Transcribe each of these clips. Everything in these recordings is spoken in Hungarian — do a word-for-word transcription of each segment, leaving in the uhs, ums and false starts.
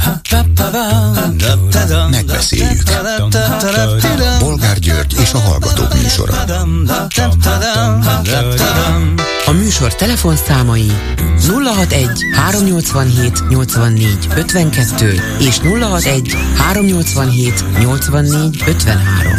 Megbeszéljük. Bolgár György és a Hallgatók műsora. A műsor telefonszámai nulla hatvanegy háromnyolcvanhét nyolcvannégy ötvenkettő és nulla hatvanegy háromnyolcvanhét nyolcvannégy ötvenhárom.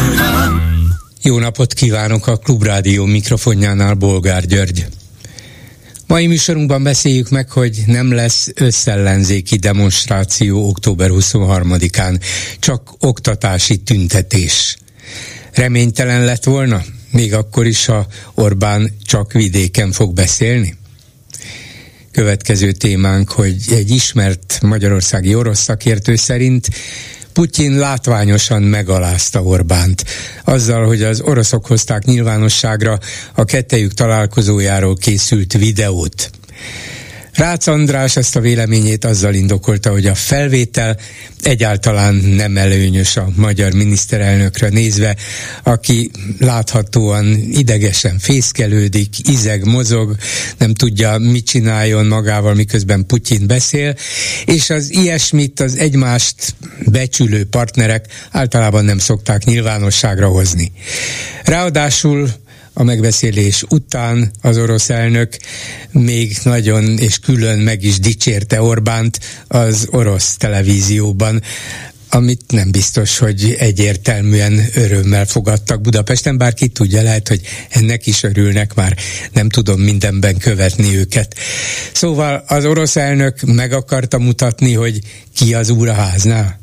Jó napot kívánok, a Klubrádió mikrofonjánál Bolgár György. Mai műsorunkban beszéljük meg, hogy nem lesz összellenzéki demonstráció október huszonharmadikán, csak oktatási tüntetés. Reménytelen lett volna? Még akkor is, ha Orbán csak vidéken fog beszélni? Következő témánk, hogy egy ismert magyarországi orosz szakértő szerint Putyin látványosan megalázta Orbánt, azzal, hogy az oroszok hozták nyilvánosságra a kettejük találkozójáról készült videót. Rácz András ezt a véleményét azzal indokolta, hogy a felvétel egyáltalán nem előnyös a magyar miniszterelnökre nézve, aki láthatóan idegesen fészkelődik, izeg, mozog, nem tudja, mit csináljon magával, miközben Putyin beszél, és az ilyesmit az egymást becsülő partnerek általában nem szokták nyilvánosságra hozni. Ráadásul a megbeszélés után az orosz elnök még nagyon és külön meg is dicsérte Orbánt az orosz televízióban, amit nem biztos, hogy egyértelműen örömmel fogadtak Budapesten, bár ki tudja, lehet, hogy ennek is örülnek, már nem tudom mindenben követni őket. Szóval az orosz elnök meg akarta mutatni, hogy ki az úr a háznál.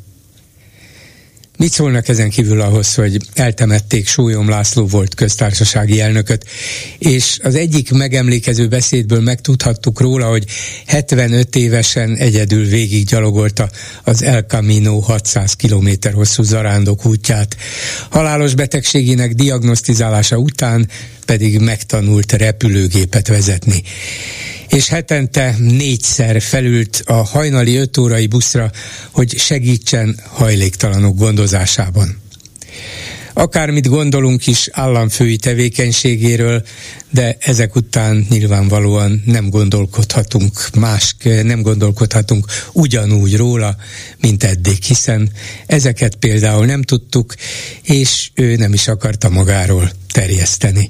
Mit szólnak ezen kívül ahhoz, hogy eltemették Sólyom László volt köztársasági elnököt, és az egyik megemlékező beszédből megtudhattuk róla, hogy hetvenöt évesen egyedül végiggyalogolta az El Camino hatszáz kilométer hosszú zarándok útját. Halálos betegségének diagnosztizálása után pedig megtanult repülőgépet vezetni. És hetente négyszer felült a hajnali öt órai buszra, hogy segítsen hajléktalanok gondozásában. Akármit gondolunk is államfői tevékenységéről, de ezek után nyilvánvalóan nem gondolkodhatunk más, nem gondolkodhatunk ugyanúgy róla, mint eddig, hiszen ezeket például nem tudtuk, és ő nem is akarta magáról terjeszteni.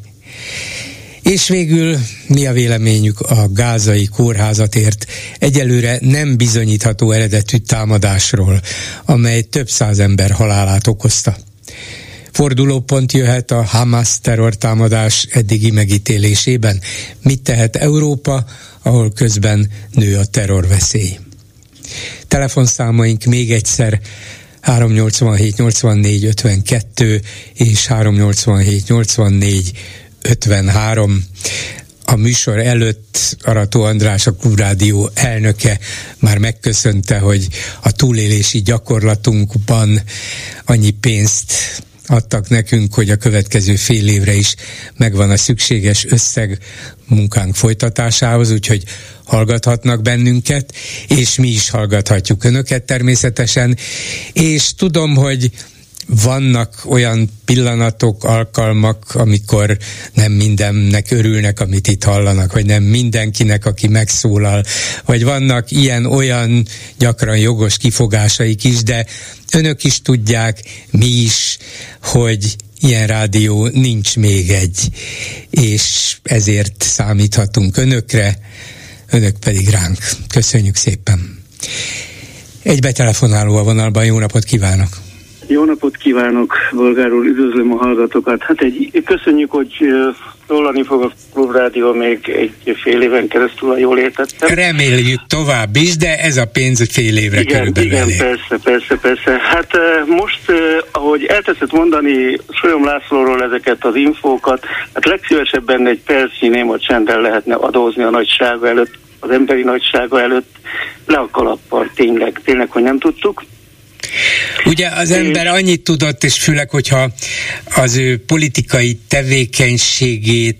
És végül mi a véleményük a gázai kórházat ért egyelőre nem bizonyítható eredetű támadásról, amely több száz ember halálát okozta? Fordulópont jöhet a Hamas terrortámadás eddigi megítélésében. Mit tehet Európa, ahol közben nő a terrorveszély? Telefonszámaink még egyszer háromnyolcvanhét nyolcvannégy ötvenkettő és háromnyolcvanhét nyolcvannégy ötvenhárom. A műsor előtt Arató András, a Klubrádió elnöke már megköszönte, hogy a túlélési gyakorlatunkban annyi pénzt adtak nekünk, hogy a következő fél évre is megvan a szükséges összeg munkánk folytatásához, úgyhogy hallgathatnak bennünket, és mi is hallgathatjuk önöket természetesen, és tudom, hogy vannak olyan pillanatok, alkalmak, amikor nem mindennek örülnek, amit itt hallanak, vagy nem mindenkinek, aki megszólal, vagy vannak ilyen-olyan gyakran jogos kifogásaik is, de önök is tudják, mi is, hogy ilyen rádió nincs még egy, és ezért számíthatunk önökre, önök pedig ránk. Köszönjük szépen. Egy betelefonáló a vonalban, jó napot kívánok! Jó napot kívánok, Bolgár úr, üdvözlöm a hallgatókat. Hát egy, köszönjük, hogy szólani fog a Klubrádió még egy fél éven keresztül, ha jól értettem. Reméljük tovább is, de ez a pénz fél évre igen, körülbelül. Igen, persze, persze, persze. Hát most, ahogy elteszett mondani Sólyom Lászlóról ezeket az infókat, hát legszívesebben egy percnyi néma csendel lehetne adózni a nagysága előtt, az emberi nagysága előtt, le a kalappal, tényleg, tényleg, hogy nem tudtuk. Ugye az ember annyit tudott, és főleg, hogyha az ő politikai tevékenységét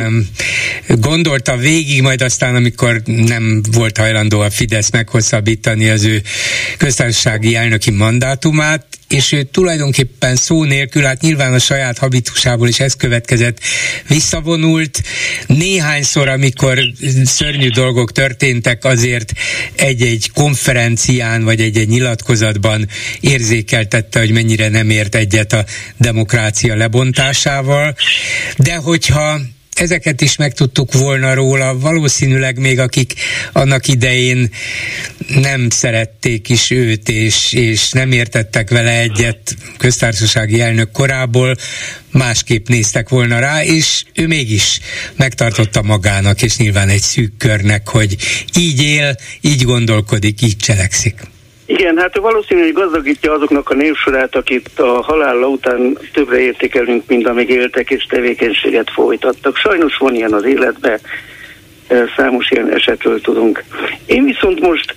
gondolta végig, majd aztán, amikor nem volt hajlandó a Fidesz meghosszabbítani az ő köztársasági elnöki mandátumát, és ő tulajdonképpen szó nélkül, hát nyilván a saját habitusából is ez következett, visszavonult. Néhányszor, amikor szörnyű dolgok történtek, azért egy-egy konferencián, vagy egy-egy nyilatkozatban érzékeltette, hogy mennyire nem ért egyet a demokrácia lebontásával, de hogyha ezeket is megtudtuk volna róla, valószínűleg még akik annak idején nem szerették is őt, és, és nem értettek vele egyet köztársasági elnök korából, másképp néztek volna rá, és ő mégis megtartotta magának, és nyilván egy szűk körnek, hogy így él, így gondolkodik, így cselekszik. Igen, hát valószínűleg gazdagítja azoknak a névsorát, akit a halála után többre értékelünk, mint amíg éltek és tevékenységet folytattak. Sajnos van ilyen az életben, számos ilyen esetről tudunk. Én viszont most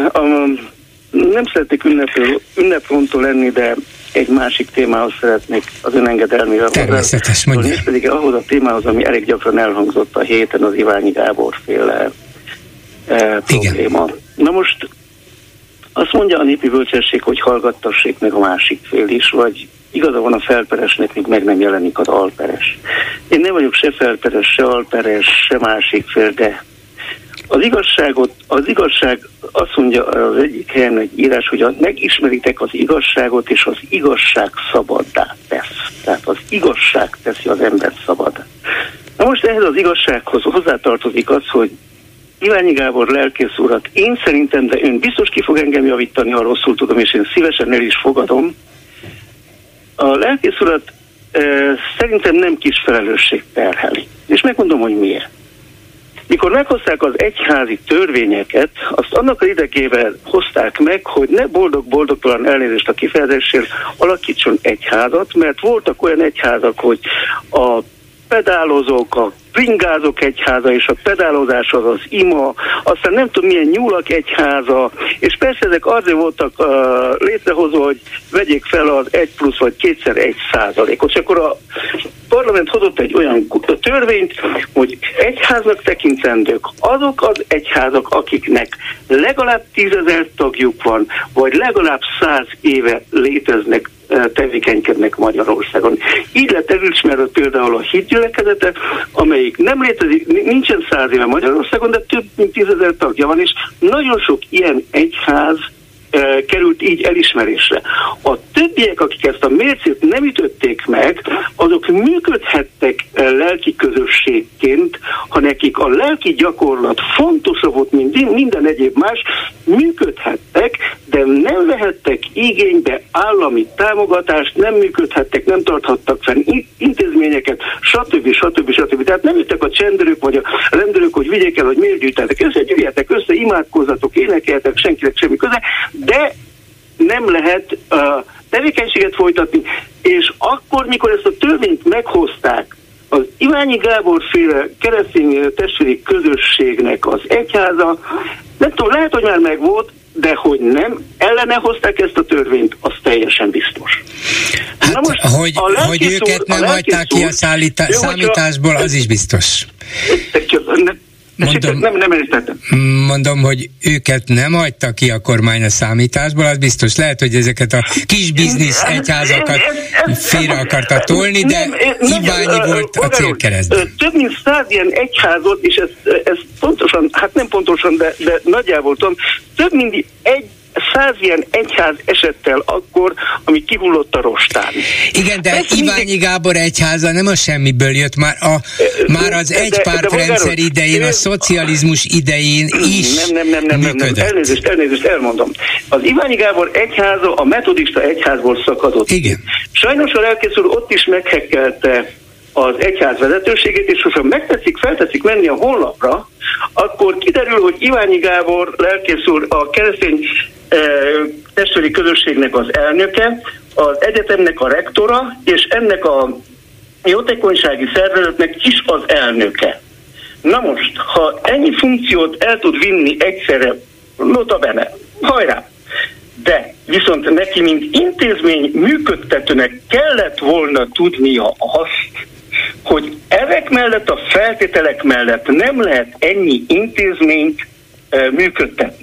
nem szeretnék ünneprontó lenni, de egy másik témához szeretnék az önengedelmével. Természetes, mondja. És pedig ahhoz a témához, ami elég gyakran elhangzott a héten, az Iványi Gábor féle eh, probléma. Igen. Na most azt mondja a népi bölcsesség, hogy hallgattassék meg a másik fél is, vagy igaza van a felperesnek, még meg nem jelenik az alperes. Én nem vagyok se felperes, se alperes, se másik fél, de az igazságot, az igazság azt mondja az egyik helyen egy írás, hogy megismeritek az igazságot, és az igazság szabaddá tesz. Tehát az igazság teszi az ember szabaddá. Na most ehhez az igazsághoz hozzátartozik az, hogy Iványi Gábor lelkész urat én szerintem, de ön biztos ki fog engem javítani, ha rosszul tudom, és én szívesen el is fogadom. A lelkész urat e, szerintem nem kis felelősség terheli. És megmondom, hogy miért. Mikor meghozták az egyházi törvényeket, azt annak az idegével hozták meg, hogy ne boldog-boldogtalan, elnézést a kifejezésért, alakítson egyházat, mert voltak olyan egyházak, hogy a pedálozók, a bringázók egyháza, és a pedálozás az az ima, aztán nem tudom milyen nyúlak egyháza, és persze ezek azért voltak uh, létrehozva, hogy vegyék fel az egy plusz vagy kétszer egy százalékot. És akkor a parlament hozott egy olyan törvényt, hogy egyháznak tekintendők azok az egyházak, akiknek legalább tízezer tagjuk van, vagy legalább száz éve léteznek, tevékenykednek Magyarországon. Így lett elismerve például a hitgyülekezete, amelyik nem létezik, nincsen száz éve Magyarországon, de több mint tízezer tagja van, és nagyon sok ilyen egyház e, került így elismerésre. A többiek, akik ezt a mércét nem ütötték meg, azok működhettek e, lelki közösségként, ha nekik a lelki gyakorlat fontosabb volt, mint minden egyéb más, működhettek, de nem vehettek igénybe állami támogatást, nem működhettek, nem tarthattak fenn intézményeket, stb. stb. stb. Tehát nem jöttek a csendőrök vagy a rendőrök, hogy vigyék el, hogy miért gyűjtetek össze, gyűjjetek össze, imádkozzatok, énekeljetek, senkinek semmi köze, de nem lehet uh, tevékenységet folytatni, és akkor, mikor ezt a törvényt meghozták, az Iványi Gábor féle keresztény testvéri közösségnek az egyháza, nem tudom, lehet, hogy már megvolt, de hogy nem ellene hozták ezt a törvényt, az teljesen biztos. Hát, na most hogy, hogy őket úr, nem hagyták ki a szállítá- számításból, az is biztos. Mondom, nem, nem mondom, hogy őket nem hagyta ki a kormány a számításból, az biztos. Lehet, hogy ezeket a kis biznisz egyházakat félre akarta tolni, de Iványi volt a célkeresztben. Több mint száz ilyen egyházat, és ez, ez pontosan, hát nem pontosan, de, de nagyjából tudom, több mint egy száz ilyen egyház esettel akkor, ami kihullott a rostán. Igen, de ezt Iványi mindig... Gábor egyháza nem a semmiből jött, már, a, már az egypártrendszer idején, a szocializmus idején is nem, nem, nem, nem, működött. Nem, nem. Elnézést, elnézést, elmondom. Az Iványi Gábor egyháza a metodista egyházból szakadott. Igen. Sajnos a lelkész úr ott is meghekkelte az egyház vezetőségét, és hogyha megtetszik, feltetszik menni a honlapra, akkor kiderül, hogy Iványi Gábor lelkész úr a keresztény e, testvéri közösségnek az elnöke, az egyetemnek a rektora, és ennek a jótékonysági szervezetnek is az elnöke. Na most, ha ennyi funkciót el tud vinni egyszerre, nota bene, hajrá! De viszont neki, mint intézmény működtetőnek kellett volna tudnia azt, hogy ezek mellett, a feltételek mellett nem lehet ennyi intézményt e, működtetni.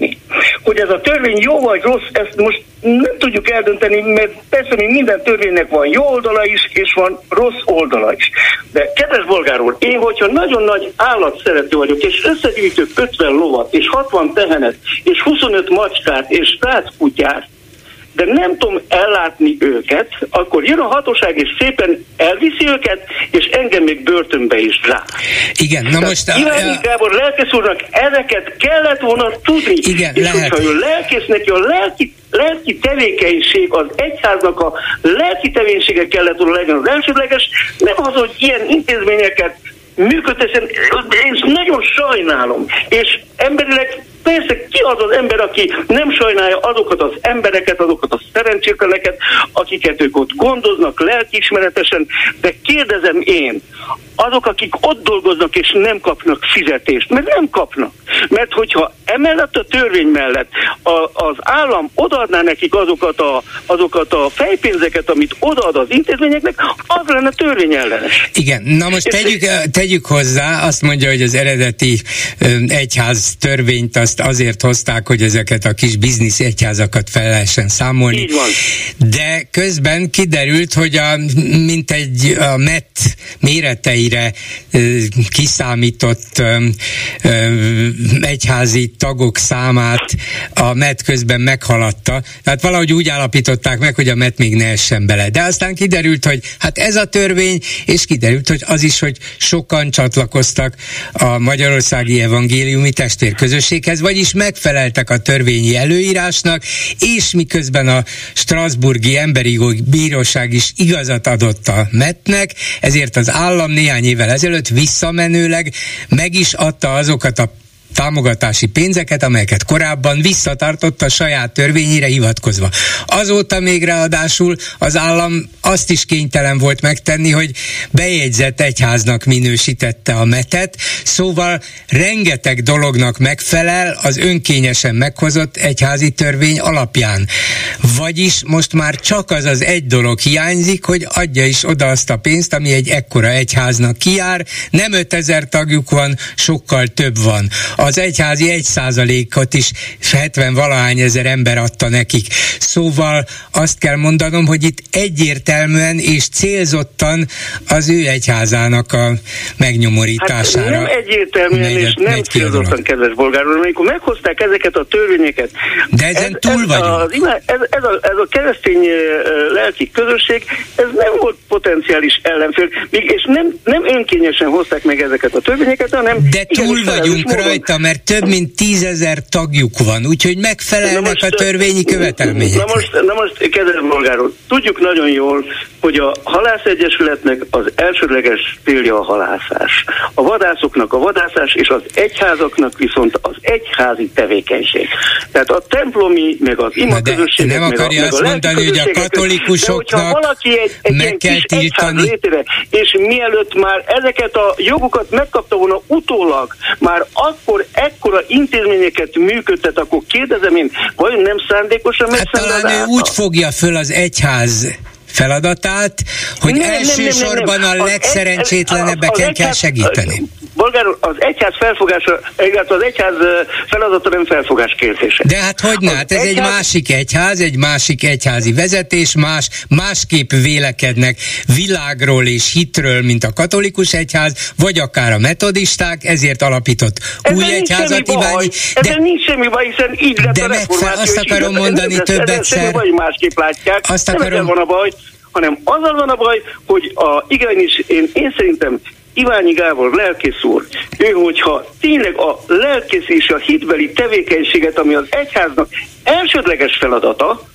Hogy ez a törvény jó vagy rossz, ezt most nem tudjuk eldönteni, mert persze még minden törvénynek van jó oldala is, és van rossz oldala is. De kedves bolgár úr, én hogyha nagyon nagy állatszerető vagyok, és összegyűjtök ötven lovat, és hatvan tehenet, és huszonöt macskát, és száz kutyát, de nem tudom ellátni őket, akkor jön a hatóság, és szépen elviszi őket, és engem még börtönbe is rá. Igen, na most... Iványi Gábor lelkész úrnak ezeket kellett volna tudni. Igen, és lehet. hogyha ő lelkész, neki a lelki, lelki tevékenység, az egyháznak a lelki tevékenysége kellett volna legyen az elsődleges, nem az, hogy ilyen intézményeket működtessen, én nagyon sajnálom, és emberileg persze ki az az ember, aki nem sajnálja azokat az embereket, azokat a szerencsétleneket, akiket ők ott gondoznak lelkiismeretesen, de kérdezem én, azok, akik ott dolgoznak és nem kapnak fizetést, mert nem kapnak. Mert hogyha emellett a törvény mellett a, az állam odaadná nekik azokat a, azokat a fejpénzeket, amit odaad az intézményeknek, az lenne törvényellenes. Igen, na most tegyük, tegyük hozzá, azt mondja, hogy az eredeti egyház törvényt azt azért hozták, hogy ezeket a kis biznisz egyházakat fel lehessen számolni. Így van. De közben kiderült, hogy a, mint egy a met méreteire kiszámított egyházi tagok számát a met közben meghaladta. Tehát valahogy úgy állapították meg, hogy a met még ne essen bele. De aztán kiderült, hogy hát ez a törvény, és kiderült, hogy az is, hogy sokan csatlakoztak a Magyarországi Evangéliumi Testvérközösséghez, vagyis megfeleltek a törvényi előírásnak, és miközben a Strasbourgi Emberi Jogi Bíróság is igazat adott a metnek, ezért az állam néhány évvel ezelőtt visszamenőleg meg is adta azokat a támogatási pénzeket, amelyeket korábban visszatartott a saját törvényére hivatkozva. Azóta még ráadásul az állam azt is kénytelen volt megtenni, hogy bejegyzett egyháznak minősítette a metet, szóval rengeteg dolognak megfelel az önkényesen meghozott egyházi törvény alapján. Vagyis most már csak az az egy dolog hiányzik, hogy adja is oda azt a pénzt, ami egy ekkora egyháznak kijár. Nem ötezer tagjuk van, sokkal több van. Az egyházi egy százalékot is hetven valahány ezer ember adta nekik. Szóval azt kell mondanom, hogy itt egyértelműen és célzottan az ő egyházának a megnyomorítására. Hát nem egyértelműen megy, és nem célzottan, kedves bolgár úr, amikor meghozták ezeket a törvényeket. De ezen ez, túl ez vagyunk. Az, ez, ez, a, ez a keresztény lelki közösség, ez nem volt potenciális ellenfél, és nem, nem önkényesen hozták meg ezeket a törvényeket, hanem... De túl vagyunk rajta, mert több mint tízezer tagjuk van, úgyhogy megfelelnek most, a törvényi követelményeknek. Na most, na most kedves bolgár úr, tudjuk nagyon jól, hogy a halászegyesületnek az elsődleges célja a halászás. A vadászoknak a vadászás, és az egyházaknak viszont az egyházi tevékenység. Tehát a templomi, meg az imaközösségek, nem akarja meg a, azt meg a mondani, hogy a katolikusoknak valaki egy, egy meg kell tiltani. Létére, és mielőtt már ezeket a jogokat megkapta volna utólag, már akkor ekkora intézményeket működtet, akkor kérdezem én, vajon nem szándékosan megy hát talán ő úgy fogja föl az egyház feladatát, hogy nem, elsősorban nem, nem, nem. a legszerencsétlenebbeken kell segíteni. Bolgár úr, az egyház felfogása, az egyház feladata nem felfogás kérdése. De hát hogyne, hát ez egyház... egy másik egyház, egy másik egyházi vezetés, más, másképp vélekednek világról és hitről, mint a katolikus egyház, vagy akár a metodisták, ezért alapított ezzel új egyházat Iványi. De ezzel nincs semmi baj, hiszen így lett de a reformáció. Azt akarom mondani több egyszer. Vagy másképp látják, azt nem akarom... van a baj, hanem azzal van a baj, hogy a, igenis én, én szerintem Iványi Gábor lelkész úr, ő hogyha tényleg a lelkész és a hitbeli tevékenységet, ami az egyháznak elsődleges feladata,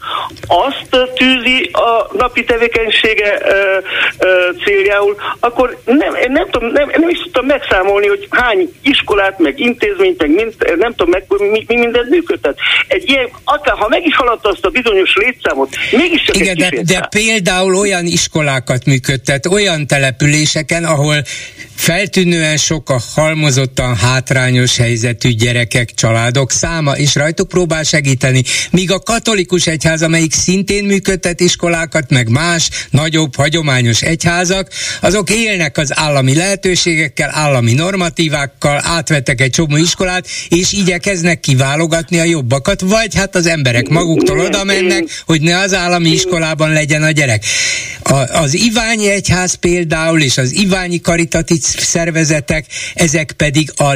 azt tűzi a napi tevékenysége ö, ö, céljául, akkor nem, nem, tudom, nem, nem is tudtam megszámolni, hogy hány iskolát, meg intézményt, meg mind, nem tudom meg, mi, mi mindent működtet. Egy ilyen, akár ha meg is haladta azt a bizonyos létszámot, mégiscsak igen, egy de, de például olyan iskolákat működtet, olyan településeken, ahol feltűnően sok a halmozottan hátrányos helyzetű gyerekek, családok száma, és rajtuk próbál segíteni, míg a katolikus egyház, amelyik szintén működtet iskolákat, meg más, nagyobb, hagyományos egyházak, azok élnek az állami lehetőségekkel, állami normatívákkal, átvettek egy csomó iskolát, és igyekeznek kiválogatni a jobbakat, vagy hát az emberek maguktól oda mennek, hogy ne az állami iskolában legyen a gyerek. A, az Iványi Egyház például, és az Iványi karitatív szervezetek, ezek pedig a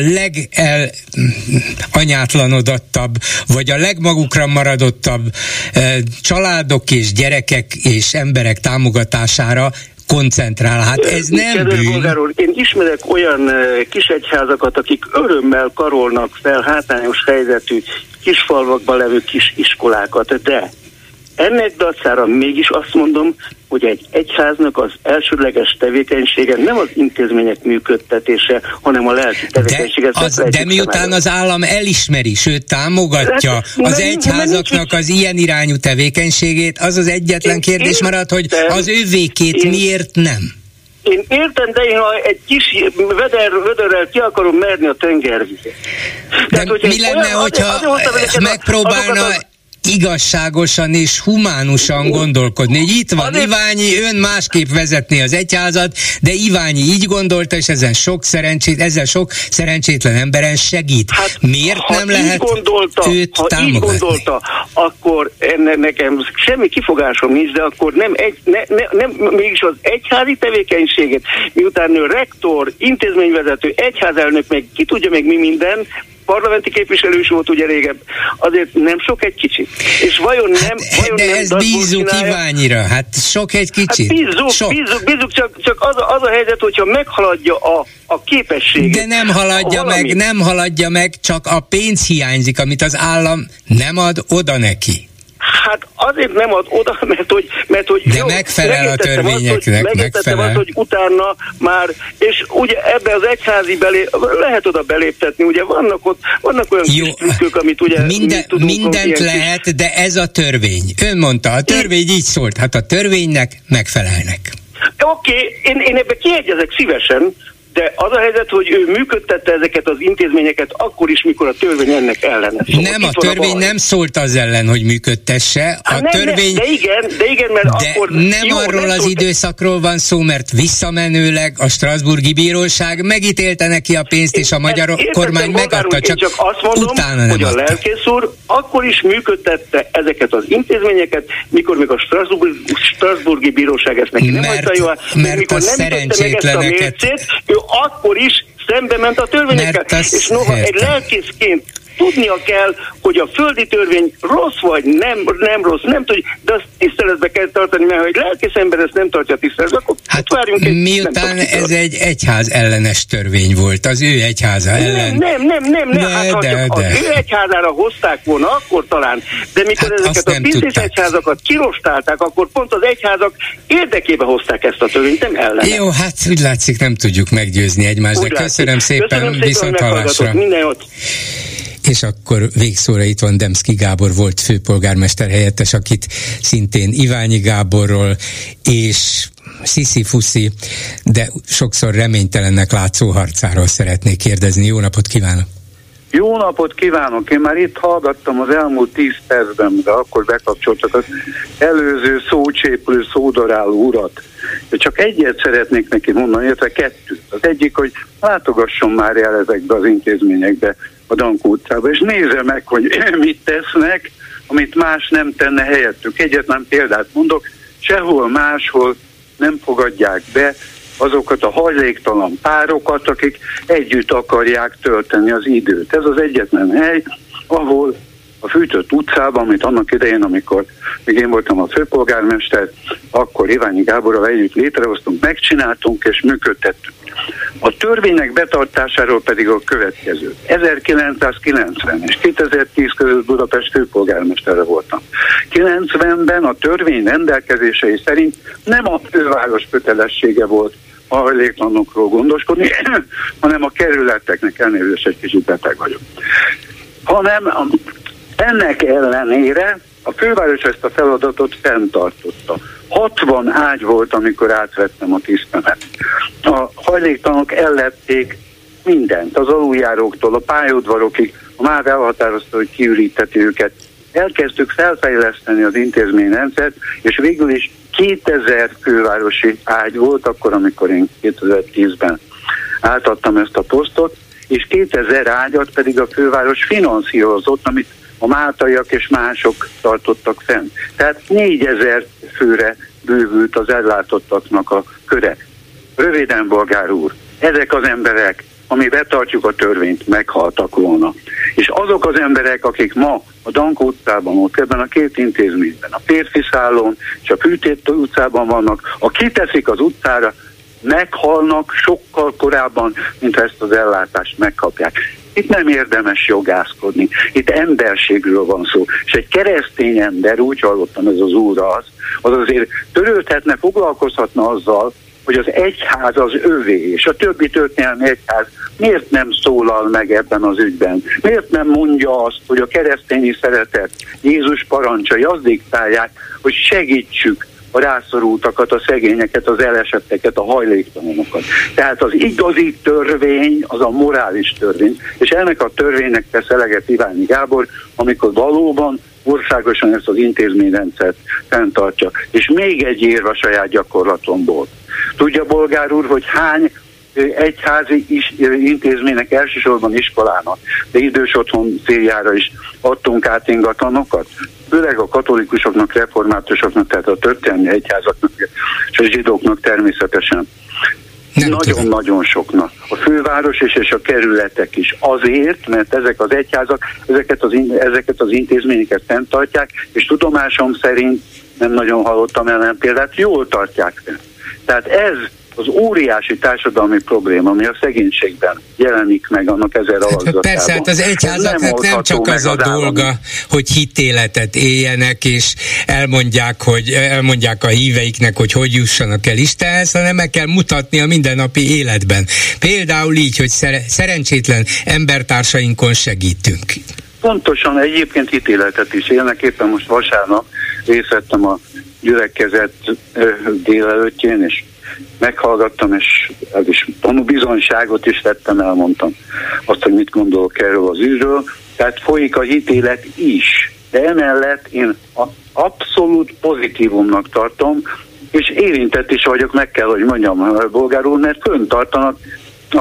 leganyátlanodottabb, vagy a legmagukra maradottabb eh, családok és gyerekek és emberek támogatására koncentrál. Hát ez nem Kedves bűn. Bolgár úr, én ismerek olyan kis egyházakat, akik örömmel karolnak fel hátrányos helyzetű kisfalvakban levő kis iskolákat, de ennek dacára mégis azt mondom, hogy egy egyháznak az elsődleges tevékenysége nem az intézmények működtetése, hanem a lelki tevékenysége. De, az, de miután az állam elismeri, sőt támogatja hát, az nem, egyházaknak nem, az ilyen irányú tevékenységét, az az egyetlen én, kérdés én, marad, hogy az övékét én, miért nem? Én értem, de én ha egy kis veder, vödörrel ki akarom merni a tengervizet. De Tehát, mi lenne, olyan, hogyha azért, azért megpróbálna a, igazságosan és humánusan gondolkodni. Így itt van Iványi, ön másképp vezetné az egyházat, de Iványi így gondolta, és ezen sok szerencsét, ezzel sok szerencsétlen emberen segít. Hát, miért nem lehet gondolta, őt ha támogatni? Ha így gondolta, akkor enne, nekem semmi kifogásom nincs, de akkor nem, egy, ne, ne, nem mégis az egyházi tevékenységet, miután ő rektor, intézményvezető, egyházelnök, meg ki tudja még mi minden, parlamenti képviselő is volt ugye régebb, azért nem sok egy kicsit. És vajon nem... Hát, vajon de nem ez bízunk Iványira, hát sok egy kicsit. Hát bízunk, sok. bízunk, bízunk, csak, csak az, a, az a helyzet, hogyha meghaladja a, a képességet. De nem haladja meg, nem haladja meg, csak a pénz hiányzik, amit az állam nem ad oda neki. Hát azért nem ad oda, mert hogy... Mert, hogy de jó, megfelel a törvényeknek, azt, megfelel. Azt, hogy utána már, és ugye ebbe az egyházi belé, lehet oda beléptetni, ugye vannak ott, vannak olyan jó, kis trükkök, amit ugye... Minden, tudunk, mindent lehet, kis... de ez a törvény. Ön mondta, a törvény így szólt, hát a törvénynek megfelelnek. Oké, okay, én, én ebbe kiegyezek szívesen, de az a helyzet, hogy ő működtette ezeket az intézményeket akkor is, mikor a törvény ennek ellene szólt. Nem, a törvény a nem szólt az ellen, hogy működtesse. A nem, törvény... De igen, de igen, mert de akkor... nem jó, arról nem az szólt... időszakról van szó, mert visszamenőleg a Strasbourgi Bíróság megítélte neki a pénzt, és a magyar én kormány megadta, csak, csak azt mondom, utána nem hogy a adta. lelkész úr akkor is működtette ezeket az intézményeket, mikor még a Strasbourgi, Strasbourgi Bíróság ezt neki nem hagyta jó, mert mikor a nem ütötte meg ezt a mércét, ő akkor is szembe ment a törvényekkel. És noha egy lelkészként tudnia kell, hogy a földi törvény rossz vagy nem, nem rossz, nem tudja, de azt tiszteletbe kell tartani, mert ha egy lelkész ember ezt nem tartja tiszteletbe, akkor hát várjunk egy, miután ez egy egyház ellenes törvény volt, az ő egyháza ellen. Nem, nem, nem, nem, de, hát ha de, csak de. az ő egyházára hozták volna, akkor talán, de mikor hát ezeket a biznisz egyházakat kirostálták, akkor pont az egyházak érdekébe hozták ezt a törvényt, nem ellen. Jó, hát úgy látszik, nem tudjuk meggyőzni egymást, de köszönöm szépen, köszönöm szépen viszont hallásra. Minden jót. És akkor végszóra itt van Demszky Gábor volt főpolgármester helyettes, akit szintén Iványi Gáborról és sziszi-fuszi, de sokszor reménytelennek látszó harcáról szeretnék kérdezni. Jó napot kívánok! Jó napot kívánok! Én már itt hallgattam az elmúlt tíz percben, de akkor bekapcsoltak az előző szócsépülő, szódaráló urat. De csak egyet szeretnék neki mondani, illetve kettőt. Az egyik, hogy látogasson már el ezekbe az intézményekbe, a Dankó utcába, és nézze meg, hogy mit tesznek, amit más nem tenne helyettük. Egyetlen példát mondok, sehol máshol nem fogadják be azokat a hajléktalan párokat, akik együtt akarják tölteni az időt. Ez az egyetlen hely, ahol a Fűtött utcában, amit annak idején, amikor még én voltam a főpolgármester, akkor Iványi Gáborral együtt létrehoztunk, megcsináltunk és működtettük. A törvények betartásáról pedig a következő. ezerkilencszázkilencven és kétezer-tíz között Budapest főpolgármestere voltam. kilencvenben a törvény rendelkezései szerint nem a főváros kötelessége volt a hajléktalanokról gondoskodni, hanem a kerületeknek, elnézést, egy kicsit beteg vagyok, hanem Ennek ellenére a főváros ezt a feladatot fenntartotta. hatvan ágy volt, amikor átvettem a tisztemet. A hajléktalanok ellették mindent, az aluljáróktól a pályaudvarokig, a MÁV elhatározta, hogy kiüríteti őket. Elkezdtük felfejleszteni az intézményrendszert, és végül is kétezer fővárosi ágy volt, akkor, amikor én kétezer-tízben átadtam ezt a posztot, és kétezer ágyat pedig a főváros finanszírozott, amit a máltaiak és mások tartottak fenn. Tehát négyezer főre bővült az ellátottaknak a köre. Röviden, bolgár úr, ezek az emberek, ami betartjuk a törvényt, meghaltak volna. És azok az emberek, akik ma a Dankó utcában, ott ebben a két intézményben, a Férfi Szállón és a Fűtét utcában vannak, a kiteszik az utcára, meghalnak sokkal korábban, mint ezt az ellátást megkapják. Itt nem érdemes jogászkodni, itt emberségről van szó. És egy keresztény ember, úgy hallottam, ez az úr az, az azért törődhetne, foglalkozhatna azzal, hogy az egyház az övé, és a többi történelmi egyház miért nem szólal meg ebben az ügyben? Miért nem mondja azt, hogy a keresztényi szeretet, Jézus parancsai azt diktálják, hogy segítsük a rászorultakat, a szegényeket, az elesetteket, a hajléktalanokat. Tehát az igazi törvény, az a morális törvény, és ennek a törvénynek tesz eleget Iványi Gábor, amikor valóban országosan ezt az intézményrendszert fenntartja. És még egy érv a saját gyakorlatomból. Tudja, bolgár úr, hogy hány egyházi is, intézménynek, elsősorban iskolának, de idős otthon céljára is adtunk át ingatlanokat, főleg a katolikusoknak, reformátusoknak, tehát a történelmi egyházaknak és a zsidóknak természetesen. Nagyon-nagyon soknak. A főváros és, és a kerületek is. Azért, mert ezek az egyházak ezeket az, ezeket az intézményeket fenntartják, és tudomásom szerint nem nagyon hallottam ellenpéldát, jól tartják fenn. Tehát ez az óriási társadalmi probléma, ami a szegénységben jelenik meg annak ezer alakzatában. Persze, hát az egyházaknak nem, nem csak az a dolga, állami. hogy hitéletet éljenek, és elmondják, hogy elmondják a híveiknek, hogy hogy jussanak el Istenhez, hanem meg kell mutatni a mindennapi életben. Például így, hogy szer- szerencsétlen embertársainkon segítünk. Pontosan, egyébként hitéletet is élnek. Éppen most vasárnap részt vettem a gyülekezet délelőttjén, és meghallgattam, és ez is tanúbizonyságot is vettem, elmondtam azt, hogy mit gondolok erről az ügyről. Tehát folyik a hitélet is, de emellett én abszolút pozitívumnak tartom, és érintett is vagyok, meg kell, hogy mondjam, bolgár úr, mert föntartanak a,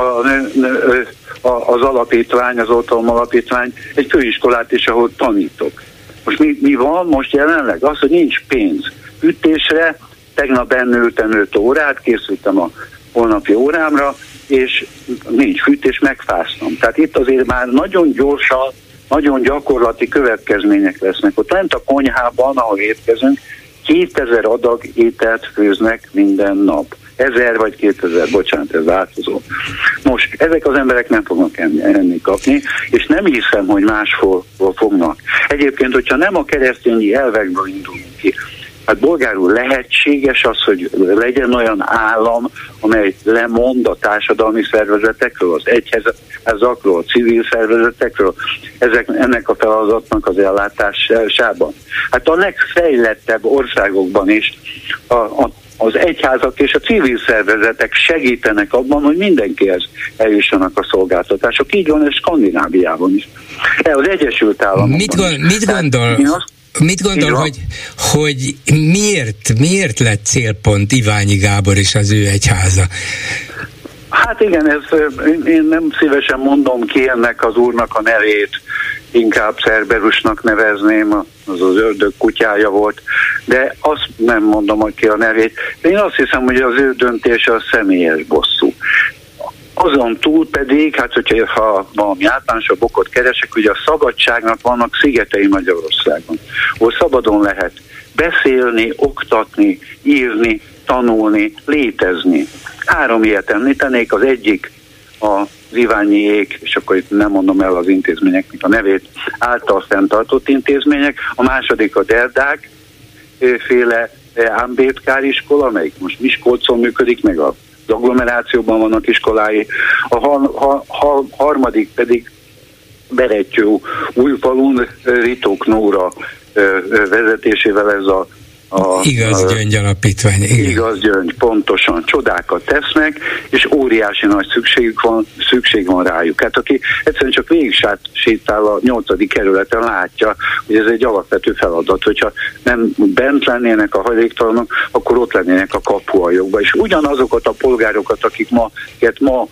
a, az alapítvány, az Oltalom Alapítvány egy főiskolát is, ahol tanítok. Most mi, mi van most jelenleg? Az, hogy nincs pénz ütésre. Tegnap bennültem öt órát, készültem a holnapi órámra, és nincs fűtés, megfáztam. Tehát itt azért már nagyon gyorsan, nagyon gyakorlati következmények lesznek. Ott lent a konyhában, ahol érkezünk, kétezer adag ételt főznek minden nap. Ezer vagy kétezer, bocsánat, ez változó. Most ezek az emberek nem fognak enni, enni kapni, és nem hiszem, hogy máshol fognak. Egyébként, hogyha nem a keresztényi elvekből indulunk ki, hát bolgár úr, lehetséges az, hogy legyen olyan állam, amely lemond a társadalmi szervezetekről, az egyházakról, a civil szervezetekről, ezek, ennek a feladatnak az ellátásában. Hát a legfejlettebb országokban is a, a, az egyházak és a civil szervezetek segítenek abban, hogy mindenkihez eljussanak a szolgáltatások. Így van, ez Skandináviában is. De az Egyesült Államokban Mit, gond, mit gondol? Mit gondol, hogy, hogy miért, miért lett célpont Iványi Gábor és az ő egyháza? Hát igen, ez, én nem szívesen mondom ki ennek az úrnak a nevét, inkább Cerberusnak nevezném, az az ördög kutyája volt, de azt nem mondom ki a nevét. De én azt hiszem, hogy az ő döntése a személyes bosszú. Azon túl pedig, hát hogyha valami általánosabb okot keresek, ugye a szabadságnak vannak szigetei Magyarországon, ahol szabadon lehet beszélni, oktatni, írni, tanulni, létezni. Három ilyet említenék, az egyik az Iványiék, és akkor itt nem mondom el az intézményeknek a nevét, által fenntartott intézmények, a második a Derdák féle Ámbétkár iskola, amelyik most Miskolcon működik, meg a az agglomerációban vannak iskolái, a ha, ha, ha, harmadik pedig Berettyó Újfalun Ritók Nóra vezetésével ez a A, Igaz Gyöngy alapítvány. Igen. Igaz Gyöngy, pontosan csodákat tesznek, és óriási nagy szükségük van, szükség van rájuk. Hát aki egyszerűen csak végig sétál a nyolcadik kerületen, látja, hogy ez egy alapvető feladat, hogyha nem bent lennének a hajléktalanok, akkor ott lennének a kapuajokba. És ugyanazokat a polgárokat, akik ma, ma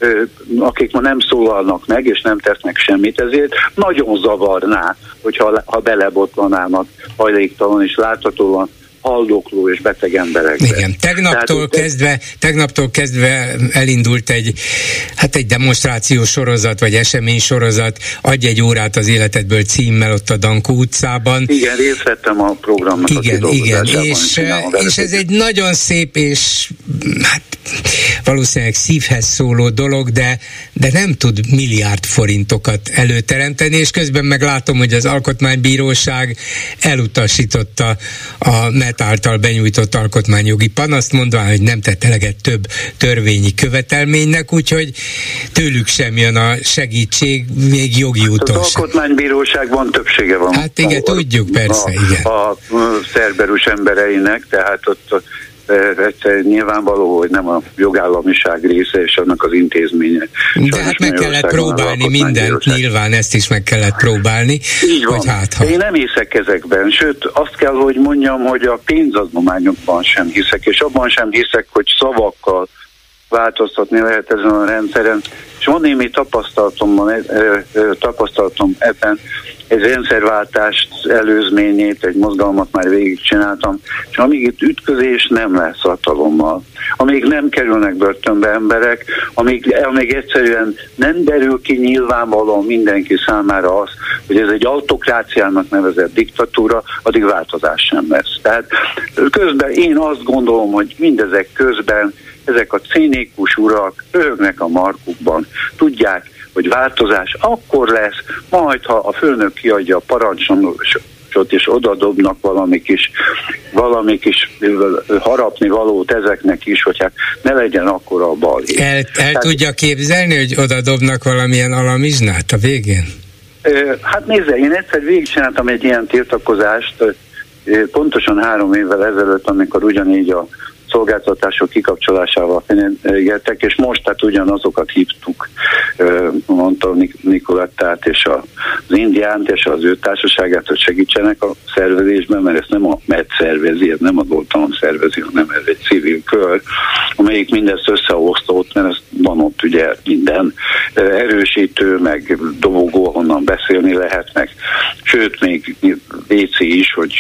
akik ma nem szólalnak meg, és nem tesznek semmit, ezért nagyon zavarná, hogyha ha belebotlanának hajléktalan és láthatóan haldokló és beteg emberekbe. Igen, tegnaptól Tehát, kezdve, tegnaptól kezdve elindult egy, hát egy demonstrációs sorozat, vagy esemény sorozat, Adj egy órát az életedből címmel ott a Dankó utcában. Igen, részt vettem a programnak. Igen, igen, és, és ez egy nagyon szép és hát valószínűleg szívhez szóló dolog, de, de nem tud milliárd forintokat előteremteni, és közben meglátom, hogy az Alkotmánybíróság elutasította a MET által benyújtott alkotmányjogi panaszt, mondván, hogy nem tett eleget több törvényi követelménynek, úgyhogy tőlük sem jön a segítség, még jogi úton Az sem. Alkotmánybíróságban többsége van. Hát igen, a, tudjuk persze, a, igen. A, a szerberus embereinek, tehát ott egyszer nyilvánvaló, hogy nem a jogállamiság része és annak az intézménye. De hát meg kellett próbálni mindent, nyilván ezt is meg kellett próbálni. Így van. Hát, ha... Én nem hiszek ezekben, sőt azt kell, hogy mondjam, hogy a pénzadományokban sem hiszek, és abban sem hiszek, hogy szavakkal változtatni lehet ezen a rendszeren. És van némi tapasztalatom, tapasztalatom ebben, egy rendszerváltást előzményét, egy mozgalmat már végigcsináltam, és amíg itt ütközés nem lesz hatalommal, amíg nem kerülnek börtönbe emberek, amíg, amíg egyszerűen nem derül ki nyilvánvalóan mindenki számára az, hogy ez egy autokráciának nevezett diktatúra, addig változás sem lesz. Tehát közben én azt gondolom, hogy mindezek közben ezek a cinikus urak röhögnek a markukban, tudják, hogy változás akkor lesz, majd ha a főnök kiadja a parancsot és odadobnak valami kis, valami kis harapni valót ezeknek is, hogy hát ne legyen akkora a balhé. El, el Tehát, tudja képzelni, hogy odadobnak valamilyen alamizsnát a végén? Hát nézze, én egyszer végigcsináltam egy ilyen tiltakozást, pontosan három évvel ezelőtt, amikor ugyanígy a szolgáltatások kikapcsolásával fenyegettek, és most tehát ugyanazokat hívtuk, mondta Nikolettát és az Indiánt és az ő társaságát, hogy segítsenek a szervezésben, mert ezt nem a MET szervezi, ez nem a oltalom szervezi, hanem ez egy civil kör, amelyik mindezt összeosztott, mert ez van ott ugye minden erősítő, meg dobogó, ahonnan beszélni lehet, meg sőt, még vé cé is, hogy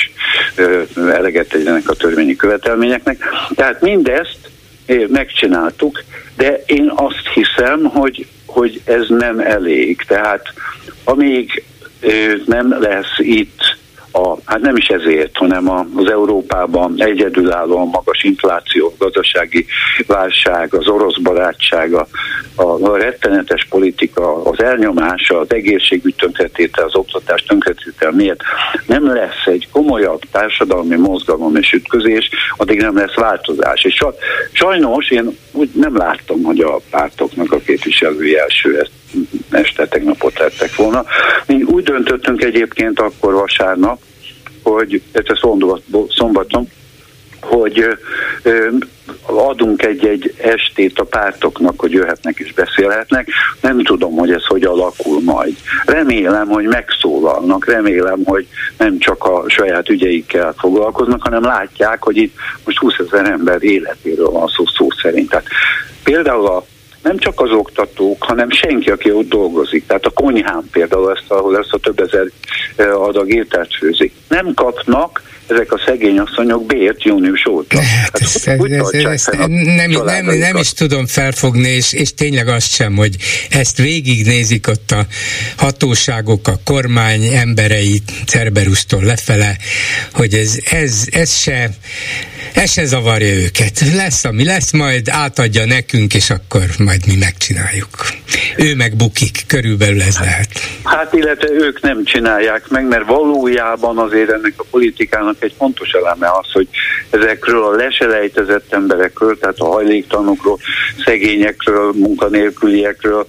eleget tegyenek a törvényi követelményeknek. Tehát mindezt megcsináltuk, de én azt hiszem, hogy, hogy ez nem elég. Tehát amíg nem lesz itt, a, hát nem is ezért, hanem az Európában egyedülállóan magas infláció, gazdasági válság, az orosz barátság, a, a rettenetes politika, az elnyomása, az egészségügy tönkretétel, az oktatás tönkretétel miért nem lesz egy komolyabb társadalmi mozgalom és ütközés, addig nem lesz változás. És sajnos én úgy nem láttam, hogy a pártoknak a képviselői első este tegnapot lettek volna. Mi úgy döntöttünk egyébként akkor vasárnap, hogy ez szombaton, hogy ö, adunk egy-egy estét a pártoknak, hogy jöhetnek és beszélhetnek. Nem tudom, hogy ez hogy alakul majd. Remélem, hogy megszólalnak, remélem, hogy nem csak a saját ügyeikkel foglalkoznak, hanem látják, hogy itt most húszezer ember életéről van szó, szó szerint. Tehát például a nem csak az oktatók, hanem senki, aki ott dolgozik. Tehát a konyhán például, ezt, ahol ezt a több ezer adag ételt főzik. Nem kapnak ezek a szegény asszonyok bért június óta. Hát ezt, hát, ezt, ezt, ezt nem, nem, nem is tudom felfogni, és, és tényleg azt sem, hogy ezt végignézik ott a hatóságok, a kormány emberei Cerberustól lefele, hogy ez, ez, ez se ez se zavarja őket. Lesz, ami lesz, majd átadja nekünk, és akkor majd mi megcsináljuk. Ő megbukik, körülbelül ez lehet. Hát illetve ők nem csinálják meg, mert valójában azért ennek a politikának egy fontos eleme az, hogy ezekről a leselejtezett emberekről, tehát a hajléktalanokról, szegényekről, munkanélküliekről,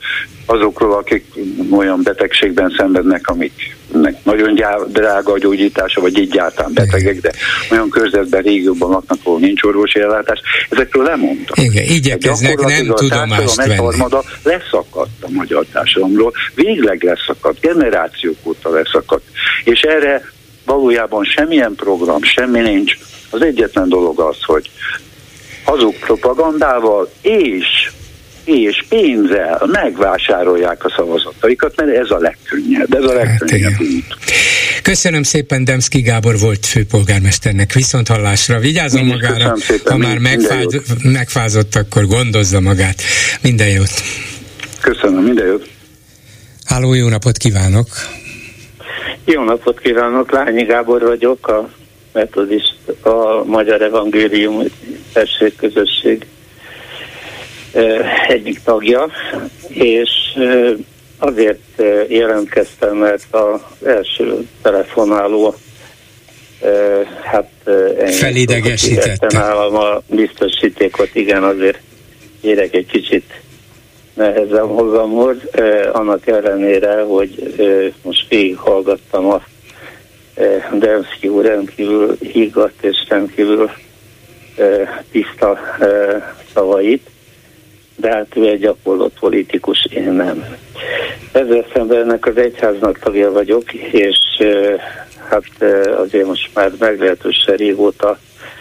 azokról, akik olyan betegségben szenvednek, amiknek nagyon drága a gyógyítása, vagy egyáltalán betegek, de olyan körzetben, régióban laknak, ahol nincs orvosi ellátás. Ezekről lemondtak. Igen, igyekeznek nem tudomást venni. Egyharmada leszakadt a magyar társadalomról, végleg leszakadt, generációk óta leszakadt. És erre valójában semmilyen program, semmi nincs. Az egyetlen dolog az, hogy hazug propagandával és és pénzzel megvásárolják a szavazataikat, mert ez a legkönnyebb, ez a legkönnyebb hát, út. Köszönöm szépen, Demszky Gábor volt főpolgármesternek, viszont hallásra. Vigyázzon magára, szépen, ha már megfáz, megfázott, akkor gondozza magát. Minden jót. Köszönöm, minden jót. Háló, jó napot kívánok. Jó napot kívánok, Lányi Gábor vagyok, a metodist, a Magyar Evangélium Testvérközösség egyik tagja, és azért jelentkeztem, mert az első telefonáló hát felidegesítette nálam a biztosítékot, igen, azért érek egy kicsit nehezen hozamhoz, annak ellenére, hogy most végighallgattam a Demszky úr rendkívül higgadt és rendkívül tiszta szavait, de hát ő egy gyakorlott politikus, én nem. Ezzel szemben ennek az egyháznak tagja vagyok, és hát azért most már meglehetősen régóta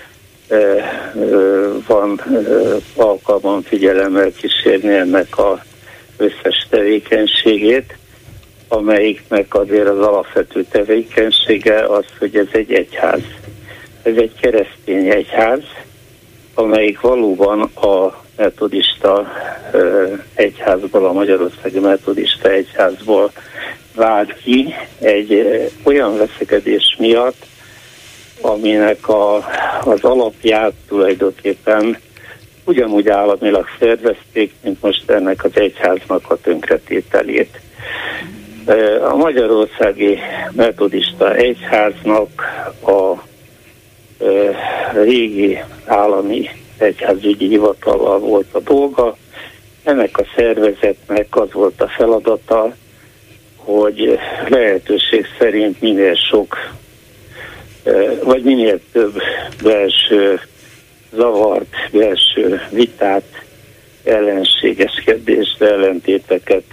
van alkalmam figyelemmel kísérni ennek a összes tevékenységét, amelyiknek azért az alapvető tevékenysége az, hogy ez egy egyház. Ez egy keresztény egyház, amelyik valóban a metodista egyházból, a Magyarországi Metodista Egyházból vált ki egy olyan veszekedés miatt, aminek a, az alapját tulajdonképpen ugyanúgy államilag szervezték, mint most ennek az egyháznak a tönkretételét. A Magyarországi Metodista Egyháznak a régi állami egyházügyi hivatallal volt a dolga. Ennek a szervezetnek az volt a feladata, hogy lehetőség szerint minél sok, vagy minél több belső zavart, belső vitát, ellenségeskedést, ellentéteket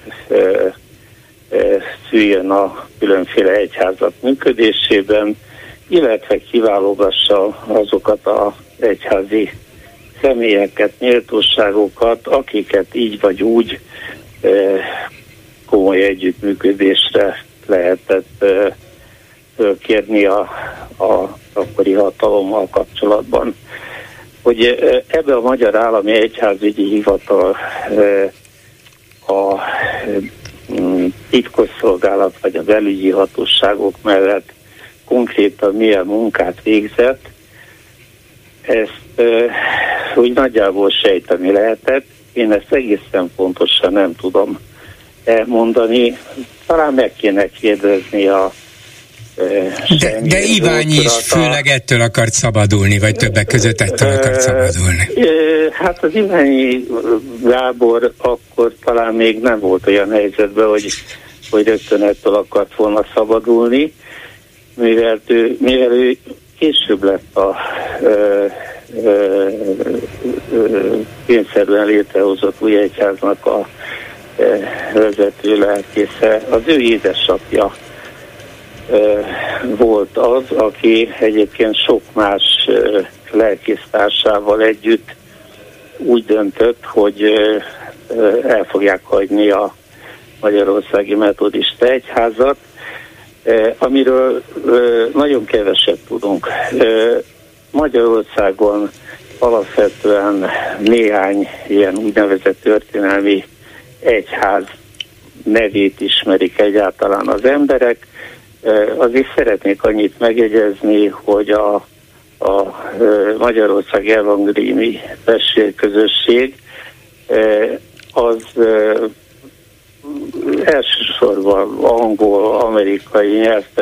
szüljön a különféle egyházak működésében, illetve kiválogassa azokat az egyházi személyeket, méltóságokat, akiket így vagy úgy komoly együttműködésre lehetett kérni a, a akkori hatalommal kapcsolatban. Hogy ebbe a Magyar Állami Egyházügyi Hivatal a titkosszolgálat vagy a belügyi hatóságok mellett konkrétan milyen munkát végzett, ezt úgy nagyjából sejteni lehetett. Én ezt egészen pontosan nem tudom elmondani. Talán meg kéne kérdezni a De, de Iványi is főleg ettől akart szabadulni, vagy többek között ettől akart szabadulni. Hát az Iványi Gábor akkor talán még nem volt olyan helyzetben, hogy, hogy rögtön ettől akart volna szabadulni, mivel ő, mivel ő később lett a ö, ö, ö, kényszerűen létrehozott új egyháznak a ö, vezető lelkésze. Az ő édesapja volt az, aki egyébként sok más lelkésztársával együtt úgy döntött, hogy el fogják hagyni a Magyarországi Metodista Egyházat, amiről nagyon keveset tudunk. Magyarországon alapvetően néhány ilyen úgynevezett történelmi egyház nevét ismerik egyáltalán az emberek. Azért szeretnék annyit megjegyezni, hogy a, a Magyarország Evangéliumi Testvérközösség az elsősorban angol, amerikai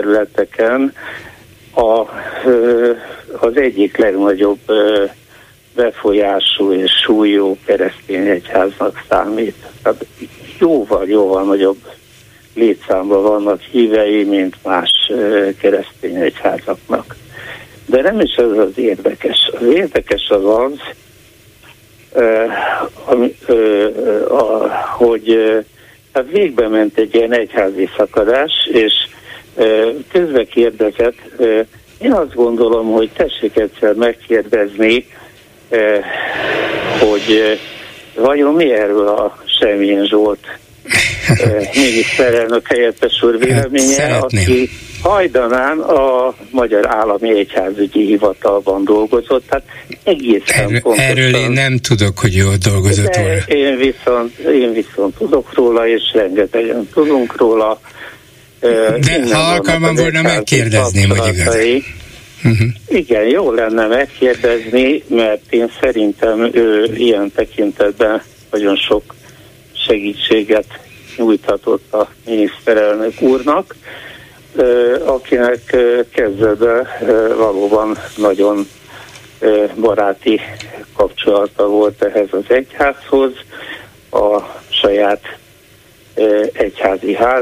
nyelvterületeken a, az egyik legnagyobb befolyású és súlyú keresztény egyháznak számít. Tehát jóval-jóval nagyobb létszámban vannak hívei, mint más keresztény egyházaknak. De nem is ez az érdekes. Az érdekes az az, hogy hát végbe ment egy ilyen egyházi szakadás, és közbe kérdezett. Én azt gondolom, hogy tessék egyszer megkérdezni, hogy vajon mi erről a Semjén Zsolt miniszterelnök helyettes úr véleménye, aki hajdanán a Magyar Állami Egyházügyi Hivatalban dolgozott, tehát egészen erről, pontosan. Erről én nem tudok, hogy jól dolgozott volna. Én viszont, én viszont tudok róla, és rengetegen tudunk róla. De ha alkalmam volna, megkérdezném, hogy igaz. Uh-huh. Igen, jó lenne megkérdezni, mert én szerintem ő ilyen tekintetben nagyon sok segítséget nyújthatott a miniszterelnök úrnak, akinek kezdetben valóban nagyon baráti kapcsolata volt ehhez az egyházhoz, a saját egyházi ház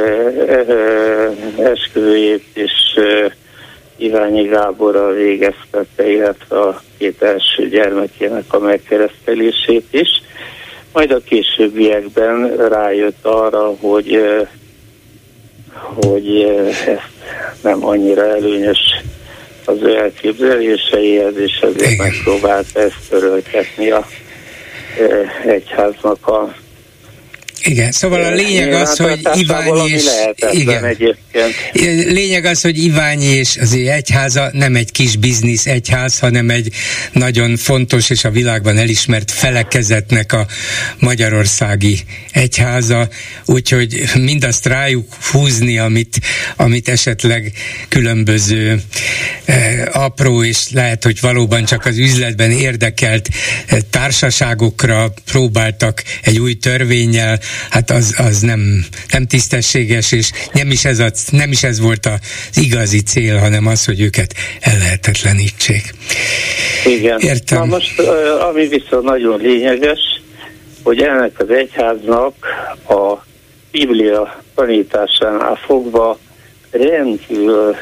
esküvőjét és Iványi Gáborral végeztette, illetve a két első gyermekének a megkeresztelését is. Majd a későbbiekben rájött arra, hogy, hogy ezt nem annyira előnyös az ő elképzeléseihez, és ezért megpróbálta ezt töröltetni a egyháznak a Igen, szóval a lényeg az, hogy Iványi és... Igen. Lényeg az, hogy Iványi és az ő egyháza nem egy kis biznisz egyház, hanem egy nagyon fontos és a világban elismert felekezetnek a magyarországi egyháza, úgyhogy mindazt rájuk húzni, amit, amit esetleg különböző eh, apró és lehet, hogy valóban csak az üzletben érdekelt eh, társaságokra próbáltak egy új törvénnyel, hát az, az nem, nem tisztességes, és nem is, ez a, nem is ez volt az igazi cél, hanem az, hogy őket ellehetetlenítsék. Igen. Értem. Na most, ami viszont nagyon lényeges, hogy ennek az egyháznak a Biblia tanításánál fogva rendkívül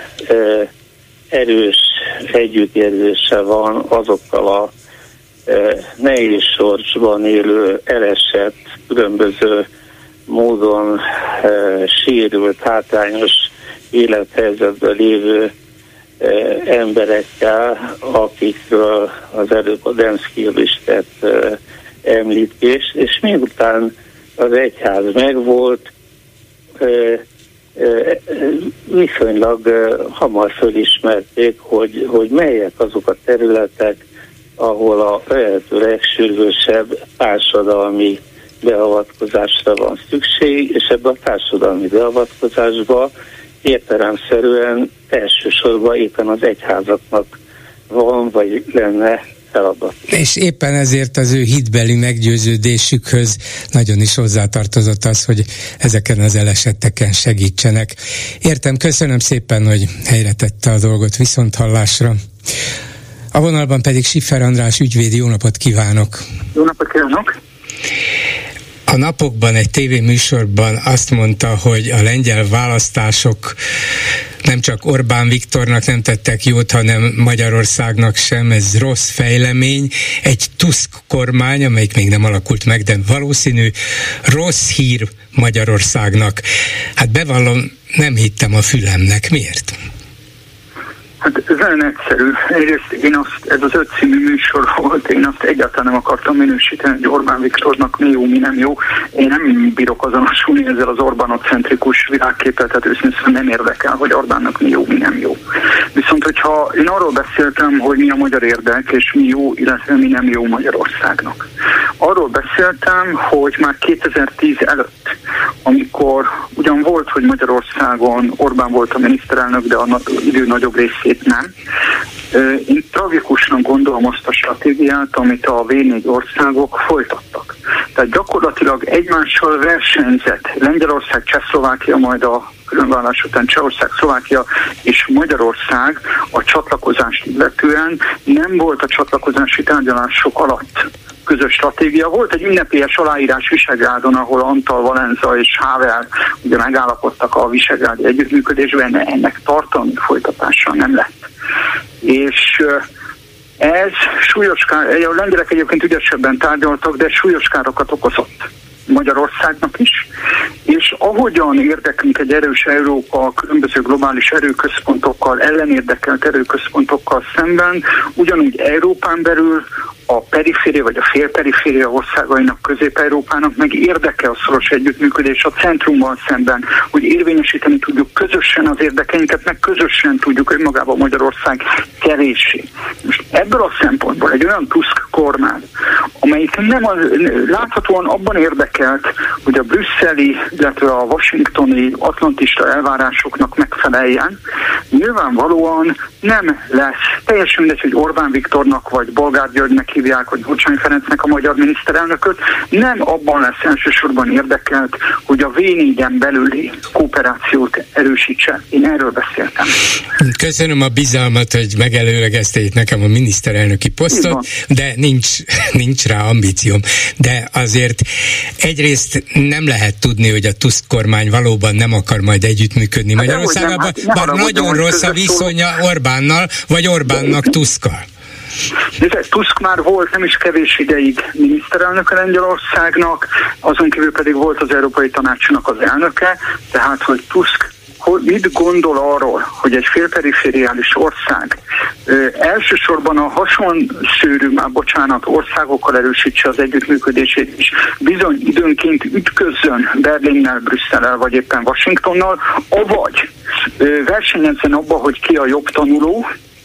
erős együttérzése van azokkal a nehéz sorsban élő, elesett, különböző módon e, sérült, hátrányos élethelyzetben lévő e, emberekkel, akikről az előbb a Demszki is tett e, említést, és miután az egyház megvolt, e, e, viszonylag e, hamar fölismerték, hogy, hogy melyek azok a területek, ahol a lehető legsürgősebb társadalmi beavatkozásra van szükség, és ebben a társadalmi beavatkozásban értelemszerűen elsősorban éppen az egyházaknak van, vagy lenne feladat. És éppen ezért az ő hitbeli meggyőződésükhöz nagyon is hozzátartozott az, hogy ezeken az elesetteken segítsenek. Értem, köszönöm szépen, hogy helyre tette a dolgot, viszonthallásra. A vonalban pedig Schiffer András ügyvéd, jó napot kívánok! Jó napot kívánok! A napokban egy tévéműsorban azt mondta, hogy a lengyel választások nem csak Orbán Viktornak nem tettek jót, hanem Magyarországnak sem, ez rossz fejlemény. Egy Tusk kormány, amelyik még nem alakult meg, de valószínű rossz hír Magyarországnak. Hát bevallom, nem hittem a fülemnek. Miért? Hát ez nagyon egyszerű. Egyrészt én azt, ez az öt című műsor volt, én azt egyáltalán nem akartam minősíteni, hogy Orbán Viktornak mi jó, mi nem jó. Én nem bírok azonosulni ezzel az Orbánocentrikus világképpel, tehát őszintén nem érdekel, hogy Orbánnak mi jó, mi nem jó. Viszont, hogyha én arról beszéltem, hogy mi a magyar érdek, és mi jó, illetve mi nem jó Magyarországnak. Arról beszéltem, hogy már kétezer-tíz előtt, amikor ugyan volt, hogy Magyarországon Orbán volt a miniszterelnök, de a idő nagyobb részét nem. Én tragikusnak gondolom azt a stratégiát, amit a vé négy országok folytattak. Tehát gyakorlatilag egymással versenyzett Lengyelország, Csehszlovákia, majd a különvállás után Csehország, Szlovákia és Magyarország a csatlakozást illetően nem volt a csatlakozási tárgyalások alatt közös stratégia. Volt egy ünnepélyes aláírás Visegrádon, ahol Antal, Valenza és Havel ugye megállapodtak a visegrádi együttműködésben, ennek tartalmi folytatása nem lett. És ez súlyos kár, a lengyelek egyébként ügyesebben tárgyaltak, de súlyos károkat okozott Magyarországnak is, és ahogyan érdekünk egy erős Európa a különböző globális erőközpontokkal, ellenérdekelt erőközpontokkal szemben, ugyanúgy Európán belül a periféria vagy a félperiféria országainak, Közép-Európának meg érdeke a szoros együttműködés a centrummal szemben, hogy érvényesíteni tudjuk közösen az érdekeinket, meg közösen tudjuk önmagában Magyarország kevéssé. Most ebből a szempontból egy olyan Tusk kormány, amelyik nem az, láthatóan abban érdekelt, hogy a brüsszeli, illetve a washingtoni atlantista elvárásoknak megfeleljen, nyilvánvalóan nem lesz teljesen mindegy, hogy Orbán Viktornak vagy Bolgár Györgynek hívják, vagy Gyurcsány Ferencnek a magyar miniszterelnököt, nem abban lesz elsősorban érdekelt, hogy a vé négyen belüli kooperációt erősítse. Én erről beszéltem. Köszönöm a bizalmat, hogy megelőlegezte itt nekem a miniszterelnöki posztot, de nincs, nincs rá ambícióm. De azért egyrészt nem lehet tudni, hogy a Tusk kormány valóban nem akar majd együttműködni hát Magyarországban, hát bár nagyon rossz a viszonya Orbánnal, vagy Orbánnak Tuskkal. De Tusk már volt nem is kevés ideig miniszterelnöke Lengyelországnak, azon kívül pedig volt az Európai Tanácsnak az elnöke, tehát hogy Tusk mit gondol arról, hogy egy félperifériális ország ö, elsősorban a hasonszőrű, már bocsánat, országokkal erősítse az együttműködését is, bizony időnként ütközzön Berlinnel, Brüsszellel vagy éppen Washingtonnal, avagy ö, versenyezzen abba, hogy ki a jobb tanuló.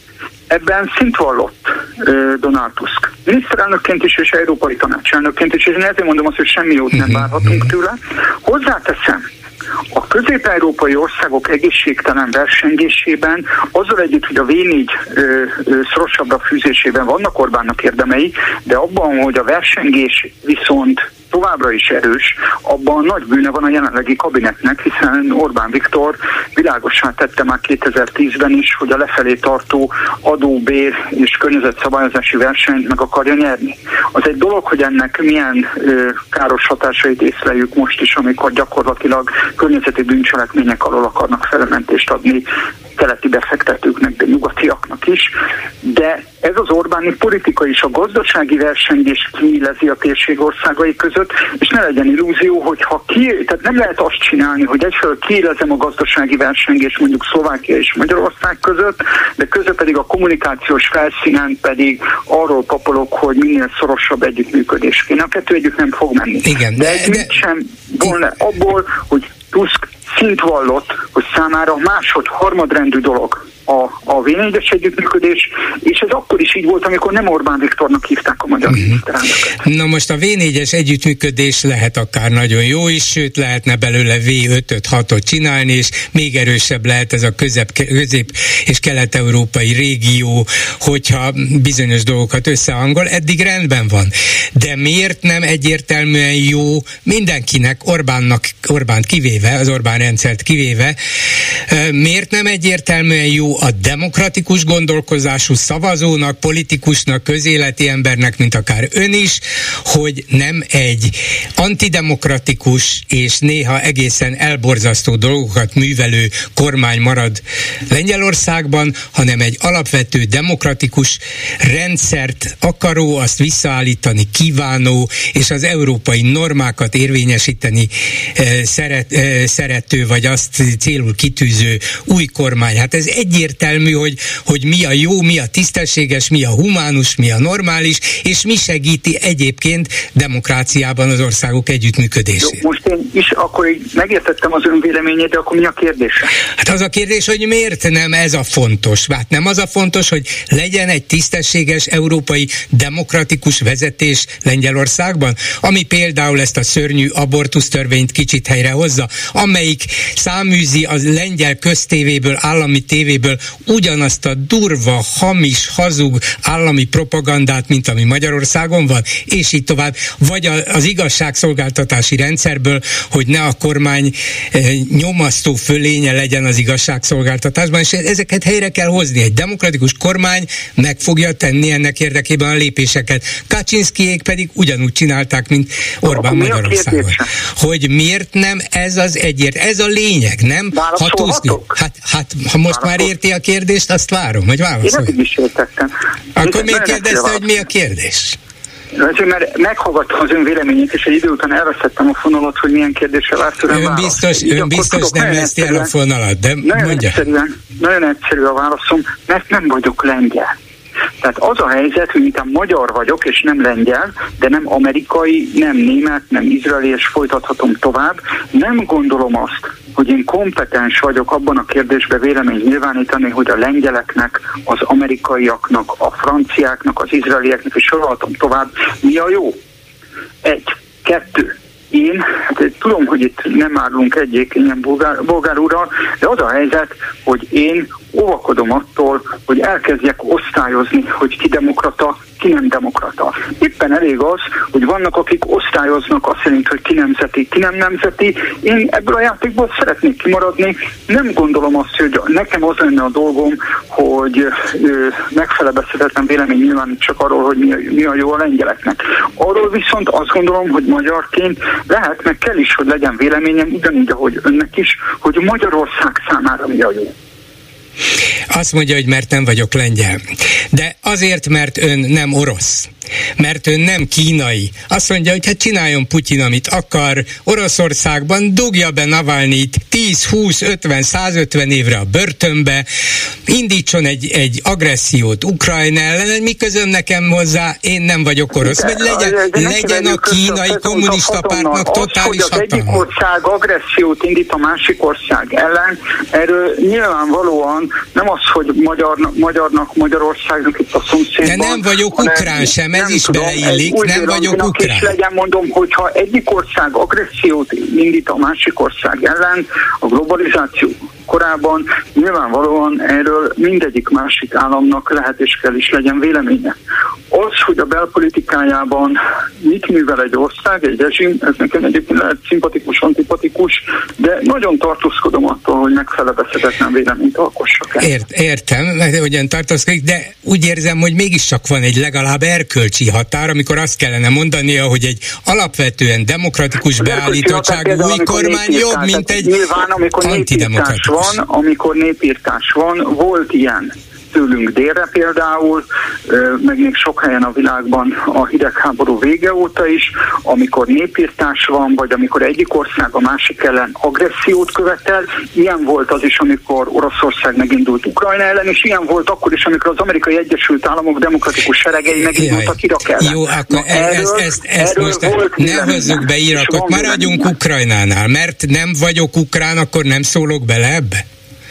Ebben szint vallott uh, Donald Tusk. Miniszterelnökként is és Európai Tanácselnökként is, és én ezért mondom azt, hogy semmi jót nem várhatunk tőle. Hozzáteszem, a közép-európai országok egészségtelen versengésében, azzal együtt, hogy a vé négy ö, ö, szorosabbra fűzésében vannak Orbánnak érdemei, de abban, hogy a versengés viszont továbbra is erős, abban nagy bűne van a jelenlegi kabinetnek, hiszen Orbán Viktor világossá tette már kétezer-tízben is, hogy a lefelé tartó adó, bér és környezetszabályozási versenyt meg akarja nyerni. Az egy dolog, hogy ennek milyen ö, káros hatásait észleljük most is, amikor gyakorlatilag környezeti bűncselekmények alól akarnak felmentést adni keleti befektetőknek, de nyugatiaknak is, de ez az Orbáni politika is a gazdasági versengés kiélezi a térség országai között, és ne legyen illúzió, hogy ha ki, tehát nem lehet azt csinálni, hogy egyfelől kiélezem a gazdasági versengés mondjuk Szlovákia és Magyarország között, de között pedig a kommunikációs felszínen pedig arról papolok, hogy minél szorosabb együttműködés kéne. A kettő együtt nem fog menni. Igen, de egy de... sem volna abból, hogy Tusk szint vallott, hogy számára másod, harmadrendű dolog a, a vé négyes együttműködés, és ez akkor is így volt, amikor nem Orbán Viktornak hívták a magyar miniszterelnököt. Na most a vé négyes együttműködés lehet akár nagyon jó is, sőt lehetne belőle vé ötöt hatot csinálni, és még erősebb lehet ez a közép, közép és kelet-európai régió, hogyha bizonyos dolgokat összehangol, eddig rendben van. De miért nem egyértelműen jó mindenkinek, Orbánnak, Orbánt kivéve, az Orbán rendszert kivéve, miért nem egyértelműen jó a demokratikus gondolkozású szavazónak, politikusnak, közéleti embernek, mint akár ön is, hogy nem egy antidemokratikus és néha egészen elborzasztó dolgokat művelő kormány marad Lengyelországban, hanem egy alapvető demokratikus rendszert akaró, azt visszaállítani kívánó, és az európai normákat érvényesíteni e, szeret, e, szerető, vagy azt célul kitűző új kormány. Hát ez egyértelmű, hogy, hogy mi a jó, mi a tisztességes, mi a humánus, mi a normális, és mi segíti egyébként demokráciában az országok együttműködését. Jó, most én is akkor így megértettem az ön véleményét, de akkor mi a kérdése? Hát az a kérdés, hogy miért nem ez a fontos? Hát nem az a fontos, hogy legyen egy tisztességes európai demokratikus vezetés Lengyelországban, ami például ezt a szörnyű abortusz törvényt kicsit helyrehozza, amelyik amelyik száműzi az lengyel köztévéből, állami tévéből ugyanazt a durva, hamis, hazug állami propagandát, mint ami Magyarországon van, és így tovább, vagy az igazságszolgáltatási rendszerből, hogy ne a kormány nyomasztó fölénye legyen az igazságszolgáltatásban, és ezeket helyre kell hozni. Egy demokratikus kormány meg fogja tenni ennek érdekében a lépéseket. Kaczynszkijék pedig ugyanúgy csinálták, mint Orbán Magyarországon. Hogy miért nem ez az egyért? Ez a lényeg, nem? Hatózni? Hát, hát ha most már érti a kérdést, azt várom, hogy válaszolj. Én is értettem. Akkor még kérdezte, hogy mi a kérdés? Azért, mert meghallgattam az ön véleményét, és egy idő után elveszettem a fonalat, hogy milyen kérdésre vár tőlem választ. Ön biztos, ön biztos nem veszti el a fonalat, de nagyon mondja. Egyszerűen, nagyon egyszerű a válaszom, mert nem vagyok lengyel. Tehát az a helyzet, hogy miután magyar vagyok, és nem lengyel, de nem amerikai, nem német, nem izraeli, és folytathatom tovább, nem gondolom azt, hogy én kompetens vagyok abban a kérdésben véleményt nyilvánítani, hogy a lengyeleknek, az amerikaiaknak, a franciáknak, az izraelieknek, és sorolhatom tovább, mi a jó. Egy, kettő. Én, hát tudom, hogy itt nem árulunk egyékenyen bolgár, bolgár úrral, de az a helyzet, hogy én óvakodom attól, hogy elkezdjek osztályozni, hogy ki demokrata, ki nem demokrata. Éppen elég az, hogy vannak, akik osztályoznak azt szerint, hogy ki nemzeti, ki nem nemzeti. Én ebből a játékból szeretnék kimaradni. Nem gondolom azt, hogy nekem az lenne a dolgom, hogy megfelebezhetetlen vélemény nyilván csak arról, hogy mi a, mi a jó a lengyeleknek. Arról viszont azt gondolom, hogy magyarként lehet, meg kell is, hogy legyen véleményem, ugyanígy, ahogy önnek is, hogy Magyarország számára mi a jó. Azt mondja, hogy mert nem vagyok lengyel. De azért, mert ön nem orosz. Mert ön nem kínai. Azt mondja, hogy hát csináljon Putyin, amit akar. Oroszországban dugja be Navalnyit tíz, húsz, ötven, százötven évre a börtönbe, indítson egy, egy agressziót Ukrajna ellen, mi közöm nekem hozzá, én nem vagyok orosz. Vagy legyen, legyen a kínai kommunista pártnak totális hatalma. Az, hogy az egyik ország agressziót indít a másik ország ellen, erről nyilvánvalóan nem az, hogy magyarnak, magyarnak Magyarországnak itt a szomszédban. De nem vagyok ukrán sem, ez is beleillik, nem vagyok ukrán. És legyen, mondom, hogyha egyik ország agressziót indít a másik ország ellen, a globalizáció korában nyilvánvalóan erről mindegyik másik államnak lehet és kell is legyen véleménye. Az, hogy a belpolitikájában mit művel egy ország, egy rezsim, ez nekem egyébként lehet szimpatikus, antipatikus, de nagyon tartózkodom attól, hogy megfelebezhetetlen véleményt alkossak el. Ért, értem, ugyan tartózkodik, de úgy érzem, hogy mégiscsak van egy legalább erkölcsi határ, amikor azt kellene mondania, hogy egy alapvetően demokratikus beállítottságú új kormány jobb, mint egy nyilván, amikor antidemokratikus. Van, amikor népírtás van, volt ilyen tőlünk délre például, meg még sok helyen a világban a hidegháború vége óta is, amikor népírtás van, vagy amikor egyik ország a másik ellen agressziót követel, ilyen volt az is, amikor Oroszország megindult Ukrajna ellen, és ilyen volt akkor is, amikor az Amerikai Egyesült Államok demokratikus seregei megindultak Irak ellen. Jó, akkor Na, erről, ezt, ezt, ezt most ne hozzuk be Irakot, maradjunk Ukrajnánál, mert nem vagyok ukrán, akkor nem szólok bele ebbe?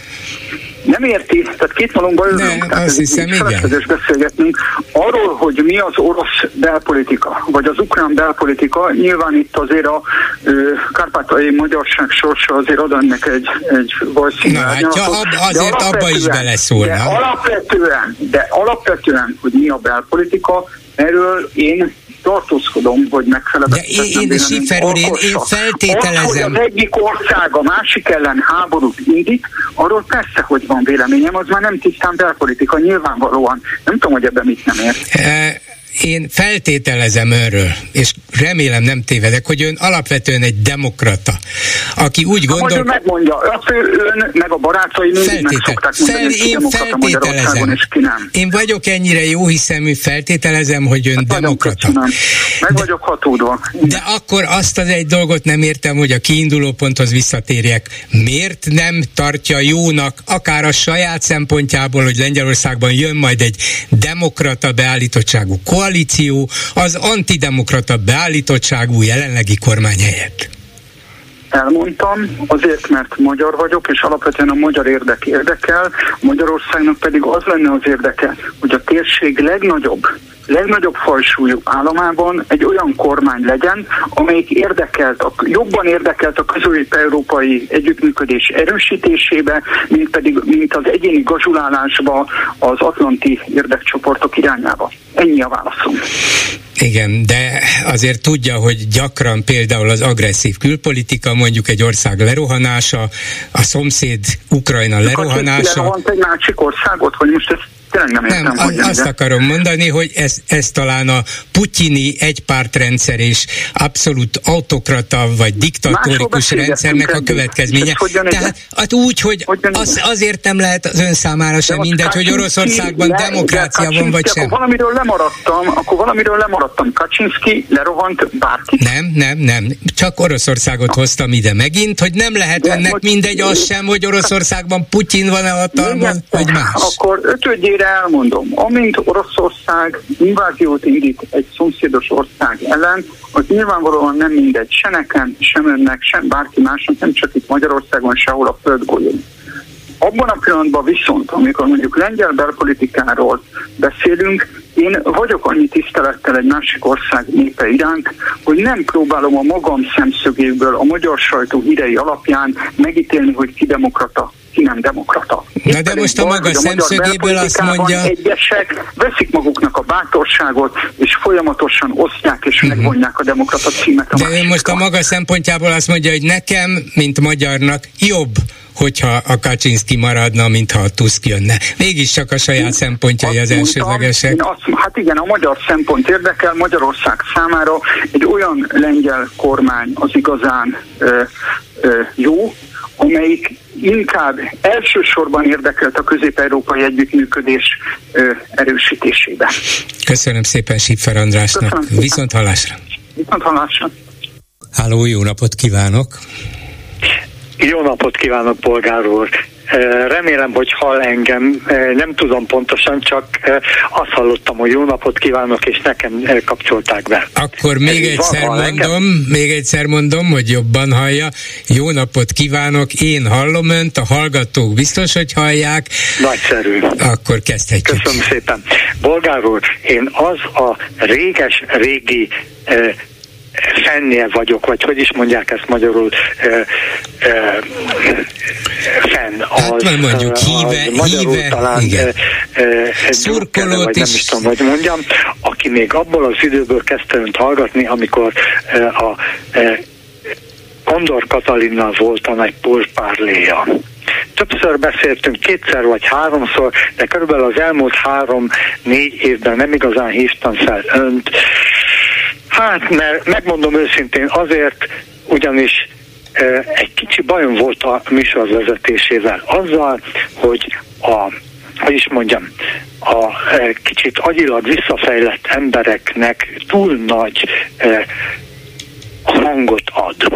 Nem érti, tehát két malomba ülünk, tehát azt hiszem, igen. beszélgetnünk. Arról, hogy mi az orosz belpolitika, vagy az ukrán belpolitika, nyilván itt azért a ö, kárpátaljai magyarság sorsa azért ad ennek egy, egy valószínű. Na hát, ja, ab, azért abba is beleszólna. De alapvetően, de alapvetően, hogy mi a belpolitika, erről én tartózkodom, hogy megfelelően. De én, én Schiffer úr, én, én feltételezem. Az, hogy az egyik ország a másik ellen háborút indít, arról persze, hogy van véleményem, az már nem tisztán belpolitika, nyilvánvalóan. Nem tudom, hogy ebben mit nem ért. E- Én feltételezem önről, és remélem nem tévedek, hogy ön alapvetően egy demokrata, aki úgy gondol... Majd ő megmondja, azt ön meg a barátai mindig meg szokták mondani, Fel, én feltételezem. És ki nem. Én vagyok ennyire jó hiszemű, feltételezem, hogy ön hát demokrata. Meg vagyok hatódva. De akkor azt az egy dolgot nem értem, hogy a kiinduló ponthoz visszatérjek. Miért nem tartja jónak, akár a saját szempontjából, hogy Lengyelországban jön majd egy demokrata beállítottságú koalíció az antidemokrata beállítottságú jelenlegi kormány helyett? elmondtam, azért, mert magyar vagyok, és alapvetően a magyar érdek érdekel, Magyarországnak pedig az lenne az érdeke, hogy a térség legnagyobb, legnagyobb fajsúlyú államában egy olyan kormány legyen, amelyik érdekelt, jobban érdekelt a közép-európai együttműködés erősítésébe, mint pedig mint az egyéni gazsulálásba az atlanti érdekcsoportok irányába. Ennyi a válaszom. Igen, de azért tudja, hogy gyakran például az agresszív külpolitika, mondjuk egy ország lerohanása, a szomszéd Ukrajna lerohanása... Leront egy másik országot, hogy most ezt nem, értem, nem hogy azt ide. akarom mondani, hogy ez, ez talán a putyini egypártrendszer és abszolút autokrata vagy diktatórikus rendszernek a következménye. Tehát hát úgy, hogy az, azért nem lehet az ön számára sem mindegy, hogy Oroszországban le, demokrácia van, vagy sem. Akkor valamiről lemaradtam, akkor valamiről lemaradtam. Kaczynszki lerohant bárkit? Nem, nem, nem. Csak Oroszországot hoztam ide megint, hogy nem lehet de önnek mindegy az sem, hogy Oroszországban Putyin van a hatalmon, vagy más. Akkor ötödjére elmondom, amint Oroszország inváziót indít egy szomszédos ország ellen, az nyilvánvalóan nem mindegy se nekem, sem önnek, sem bárki másnak, nem csak itt Magyarországon, sehol a földgolyón. Abban a pillanatban viszont, amikor mondjuk lengyel belpolitikáról beszélünk, én vagyok annyi tisztelettel egy másik ország népe iránt, hogy nem próbálom a magam szemszögéből a magyar sajtó hírei alapján megítélni, hogy ki demokrata, ki nem demokrata. Na de most a maga szemszögéből azt mondja... Egyesek veszik maguknak a bátorságot, és folyamatosan osztják és uh-huh. megvonják a demokrata címet. A de ő most a maga szempontjából azt mondja, hogy nekem, mint magyarnak jobb, hogyha a Kaczynszki maradna, mintha a Tusk jönne. Mégis csak a saját én szempontjai az elsődlegesek. Hát igen, a magyar szempont érdekel, Magyarország számára egy olyan lengyel kormány az igazán ö, ö, jó, amelyik inkább elsősorban érdekelt a közép-európai együttműködés ö, erősítésébe. Köszönöm szépen Schiffer Andrásnak. Viszont hallásra. Viszont hallásra. Háló, jó napot kívánok! Jó napot kívánok, polgár úr! Remélem, hogy hall engem, nem tudom pontosan, csak azt hallottam, hogy jó napot kívánok, és nekem kapcsolták be. Akkor még egyszer mondom, még egyszer mondom, hogy jobban hallja. Jó napot kívánok, én hallom önt, a hallgatók biztos, hogy hallják. Nagyszerű. Akkor kezdhetjük. Köszönöm szépen. Bolgár úr, én az a réges, régi fennél vagyok, vagy hogy is mondják ezt magyarul, ö, ö, fenn. Az, hát mondjuk híve, az magyarul híve, talán igen. Szurkolót is. Nem is tudom, hogy mondjam, aki még abból az időből kezdte önt hallgatni, amikor ö, a ö, Kondor Katalinnal volt a nagy porpárléja. Többször beszéltünk, kétszer vagy háromszor, de körülbelül az elmúlt három-négy évben nem igazán hívtam fel önt. Hát, mert megmondom őszintén azért, ugyanis e, egy kicsi bajom volt a műsor vezetésével. Azzal, hogy a, hogy is mondjam, a e, kicsit agyilag visszafejlett embereknek túl nagy e, hangot ad.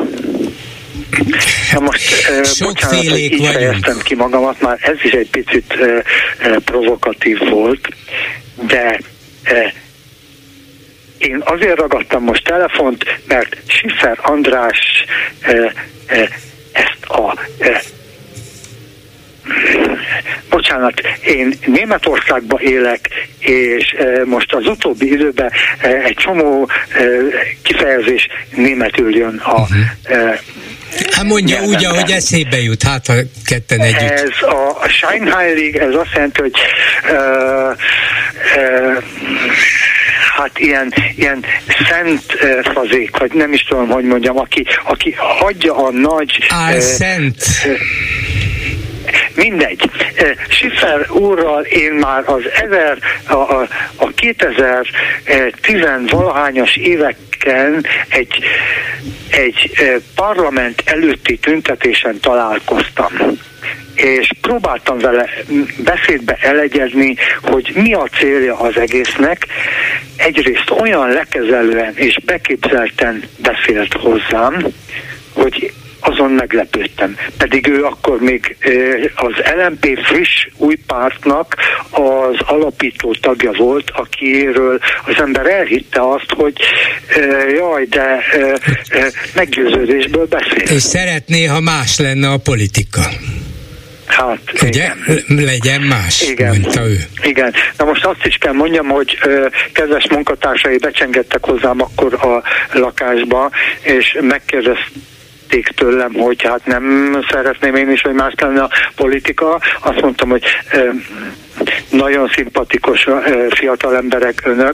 Ja, most e, bocsánat, hogy így fejeztem ki magamat, már ez is egy picit e, e, provokatív volt, de e, én azért ragadtam most telefont, mert Schiffer András e, e, ezt a... E, bocsánat, én Németországban élek, és e, most az utóbbi időben e, egy csomó e, kifejezés németül jön a... E, hát mondja úgy, ahogy eszébe jut, hát ha ketten együtt. Ez a Scheinheilig, ez azt jelenti, hogy uh, uh, hát ilyen, ilyen szent uh, fazék, vagy nem is tudom, hogy mondjam, aki, aki hagyja a nagy... Á, uh, szent... Uh, mindegy. Schiffer úrral én már az ezer, a, a, a kétezer-tíz-valahányas éveken egy, egy parlament előtti tüntetésen találkoztam. És próbáltam vele beszédbe elegyezni, hogy mi a célja az egésznek. Egyrészt olyan lekezelően és beképzelten beszélt hozzám, hogy azon meglepődtem. Pedig ő akkor még az el em pé friss új pártnak az alapító tagja volt, akiről az ember elhitte azt, hogy jaj, de meggyőződésből beszél. És szeretné, ha más lenne a politika. Hát, ugye? Igen. Legyen más, igen. mondta ő. Igen. Na most azt is kell mondjam, hogy ö, kedves munkatársai becsengettek hozzám akkor a lakásba, és megkérdezték tőlem, hogy hát nem szeretném én is, hogy más lenne a politika. Azt mondtam, hogy ö, nagyon szimpatikus fiatal emberek önök.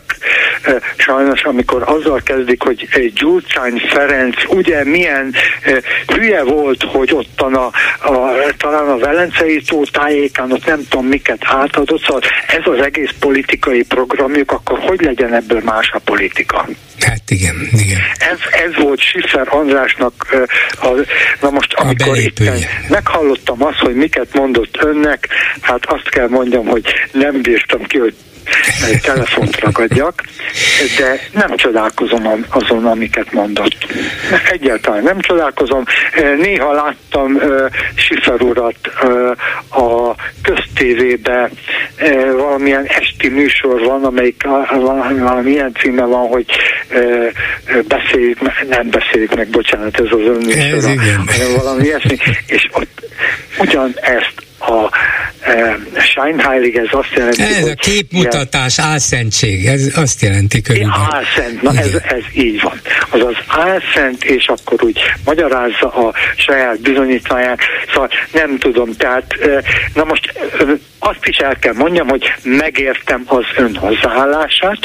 Sajnos, amikor azzal kezdik, hogy Gyurcsány Ferenc ugye milyen hülye volt, hogy ottan a, a, talán a Velencei tó tájékán ott nem tudom miket átadott, szóval ez az egész politikai programjuk, akkor hogy legyen ebből más a politika? Hát igen, igen. Ez, ez volt Schiffer Andrásnak a, na most amikor itt meghallottam azt, hogy miket mondott önnek, hát azt kell mondjam, hogy nem bírtam ki, hogy egy telefont ragadjak, de nem csodálkozom azon, amiket mondott. Egyáltalán nem csodálkozom. Néha láttam uh, Schiffer urat uh, a köztévében, uh, valamilyen esti műsor van, amelyik valamilyen címe van, hogy uh, beszéljük, nem beszéljük meg, bocsánat, ez az ön műsora, hanem valami ilyesmi, és ott ugyanezt a e, Scheinheilig, ez azt jelenti, ez hogy... a képmutatás, ilyen, álszentség, ez azt jelenti körülbelül. Álszent, na ez, ez így van. Az az álszent, és akkor úgy magyarázza a saját bizonyítványát, szóval nem tudom, tehát na most azt is el kell mondjam, hogy megértem az ön hozzáállását,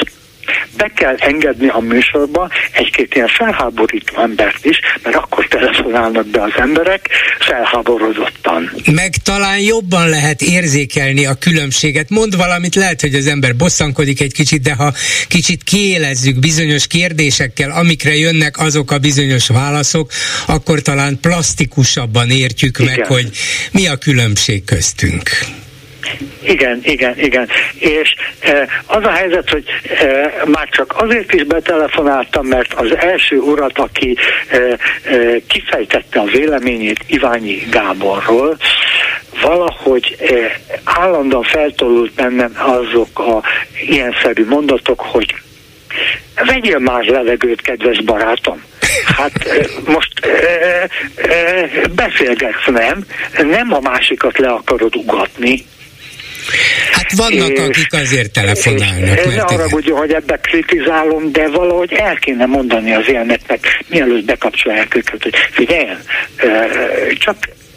be kell engedni a műsorba egy-két ilyen felháborító embert is, mert akkor telefonálnak be az emberek felháborodottan. Meg talán jobban lehet érzékelni a különbséget. Mond valamit, lehet, hogy az ember bosszankodik egy kicsit, de ha kicsit kiélezzük bizonyos kérdésekkel, amikre jönnek azok a bizonyos válaszok, akkor talán plastikusabban értjük igen. meg, hogy mi a különbség köztünk. Igen, igen, igen. És e, az a helyzet, hogy e, már csak azért is betelefonáltam, mert az első urat, aki e, e, kifejtette a véleményét Iványi Gáborról, valahogy e, állandóan feltolult bennem azok a ilyenszerű mondatok, hogy vegyél már levegőt, kedves barátom. Hát most e, e, beszélgetsz, nem? Nem a másikat le akarod ugatni. Hát vannak, és, akik azért telefonálnak. Ne haragudjon, hogy ebbe kritizálom, de valahogy el kéne mondani az ilyeneknek, mielőtt bekapcsolják őket, hogy figyeljen, csak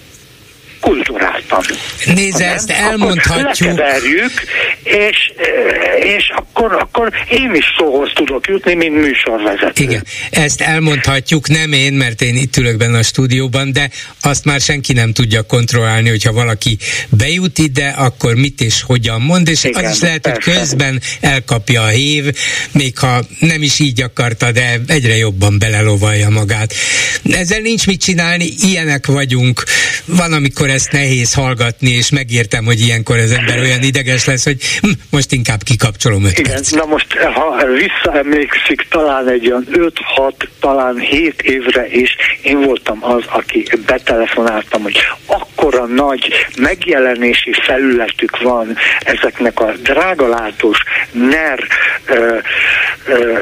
kulturáltan. Nézze, ezt elmondhatjuk. Lekeverjük, és, és akkor, akkor én is szóhoz tudok jutni, mint műsorvezető. Igen, ezt elmondhatjuk, nem én, mert én itt ülök benne a stúdióban, de azt már senki nem tudja kontrollálni, hogyha valaki bejut ide, akkor mit és hogyan mond, és igen, az is lehet, persze. hogy közben elkapja a hév, még ha nem is így akarta, de egyre jobban belelovalja magát. Ezzel nincs mit csinálni, ilyenek vagyunk. Van, amikor ezt nehéz hallgatni, és megértem, hogy ilyenkor az ember olyan ideges lesz, hogy hm, most inkább kikapcsolom öt igen, perc. Na most, ha visszaemlékszik, talán egy olyan öt-hat, talán hét évre is én voltam az, aki betelefonáltam, hogy akkora nagy megjelenési felületük van ezeknek a drágalátós ner ö, ö,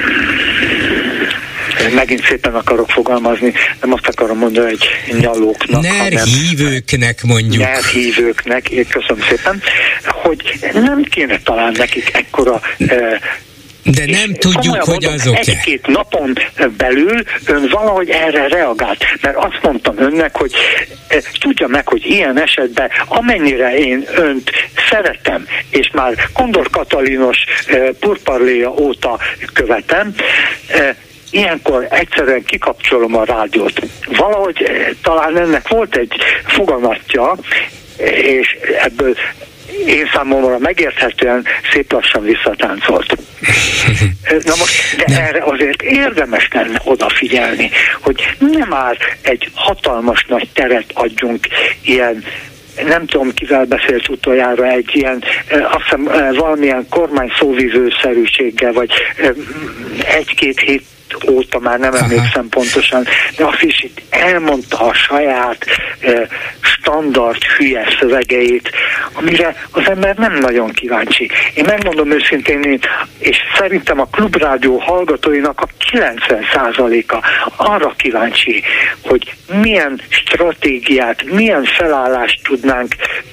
megint szépen akarok fogalmazni, nem azt akarom mondani, hogy nyalóknak, hanem hívőknek mondjuk. Nerhívőknek, én köszönöm szépen, hogy nem kéne talán nekik ekkora de nem tudjuk, hogy mondom, azok-e. Egy-két napon belül ön valahogy erre reagált, mert azt mondtam önnek, hogy e, tudja meg, hogy ilyen esetben amennyire én önt szeretem, és már Kondor Katalinos e, purparléja óta követem, e, ilyenkor egyszerűen kikapcsolom a rádiót. Valahogy e, talán ennek volt egy foganatja, és ebből én számomra megérthetően szép lassan visszatáncolt. Na most, de nem. Erre azért érdemes lenne odafigyelni, hogy nem már egy hatalmas nagy teret adjunk ilyen, nem tudom kivel beszélt utoljára, egy ilyen, azt hiszem valamilyen kormány szóvivőszerűséggel, vagy egy-két hét óta, már nem emlékszem pontosan, de azt is itt elmondta a saját eh, standard hülye szövegeit, amire az ember nem nagyon kíváncsi. Én megmondom őszintén, és szerintem a Klubrádió hallgatóinak a kilencven százaléka arra kíváncsi, hogy milyen stratégiát, milyen felállást tudnánk,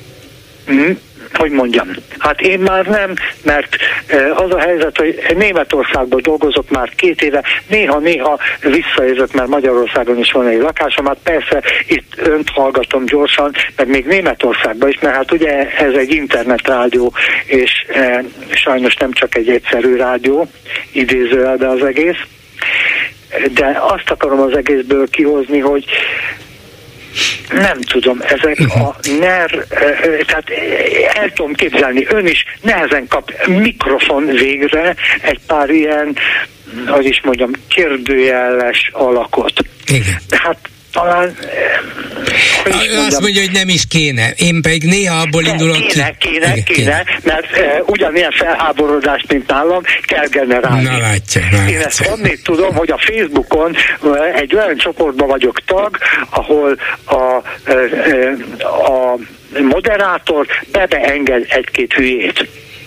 hogy mondjam, hát én már nem, mert az a helyzet, hogy Németországban dolgozok már két éve, néha-néha visszajövök, mert Magyarországon is van egy lakásom, hát persze itt önt hallgatom gyorsan, meg még Németországban is, mert hát ugye ez egy internetrádió, és e, sajnos nem csak egy egyszerű rádió, idézőjelben az egész, de azt akarom az egészből kihozni, hogy nem tudom, ezek a ner, tehát el tudom képzelni, ön is nehezen kap mikrofon végre egy pár ilyen, hogy is mondjam, kérdőjeles alakot. Igen. Hát talán... Azt mondja, hogy nem is kéne. Én pedig néha abból indulok ki. Kéne, kéne, kéne, kéne, mert uh, ugyanilyen felháborodást, mint nálam, kell generálni. Na látja, látja. Én ezt annét tudom, hogy a Facebookon uh, egy olyan csoportban vagyok tag, ahol a, uh, uh, a moderátor bebeenged egy-két hülyét.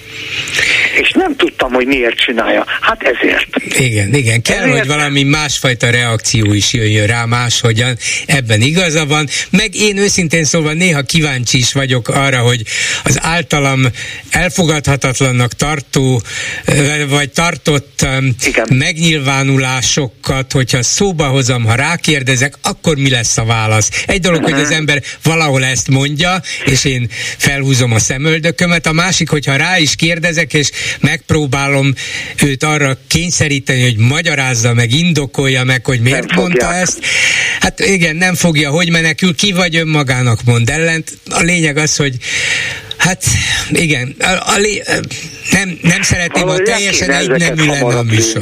És nem tudtam, hogy miért csinálja. Hát ezért. Igen, igen. Kell, ezért... hogy valami másfajta reakció is jöjjön rá máshogyan. Ebben igaza van. Meg én őszintén szólva néha kíváncsi is vagyok arra, hogy az általam elfogadhatatlannak tartó, vagy tartott igen. megnyilvánulásokat, hogyha szóba hozom, ha rákérdezek, akkor mi lesz a válasz? Egy dolog, uh-huh. hogy az ember valahol ezt mondja, és én felhúzom a szemöldökömet, a másik, hogyha rá is kérdezek, és megpróbálom őt arra kényszeríteni, hogy magyarázza meg, indokolja meg, hogy miért nem mondta fogják. Ezt. Hát igen, nem fogja, hogy menekül, ki vagy önmagának mond ellent. A lényeg az, hogy hát igen, a, a, lé, nem, nem szeretném, ha teljesen egy nemű lenne a műsor.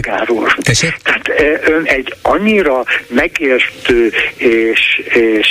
Tehát ön egy annyira megértő és, és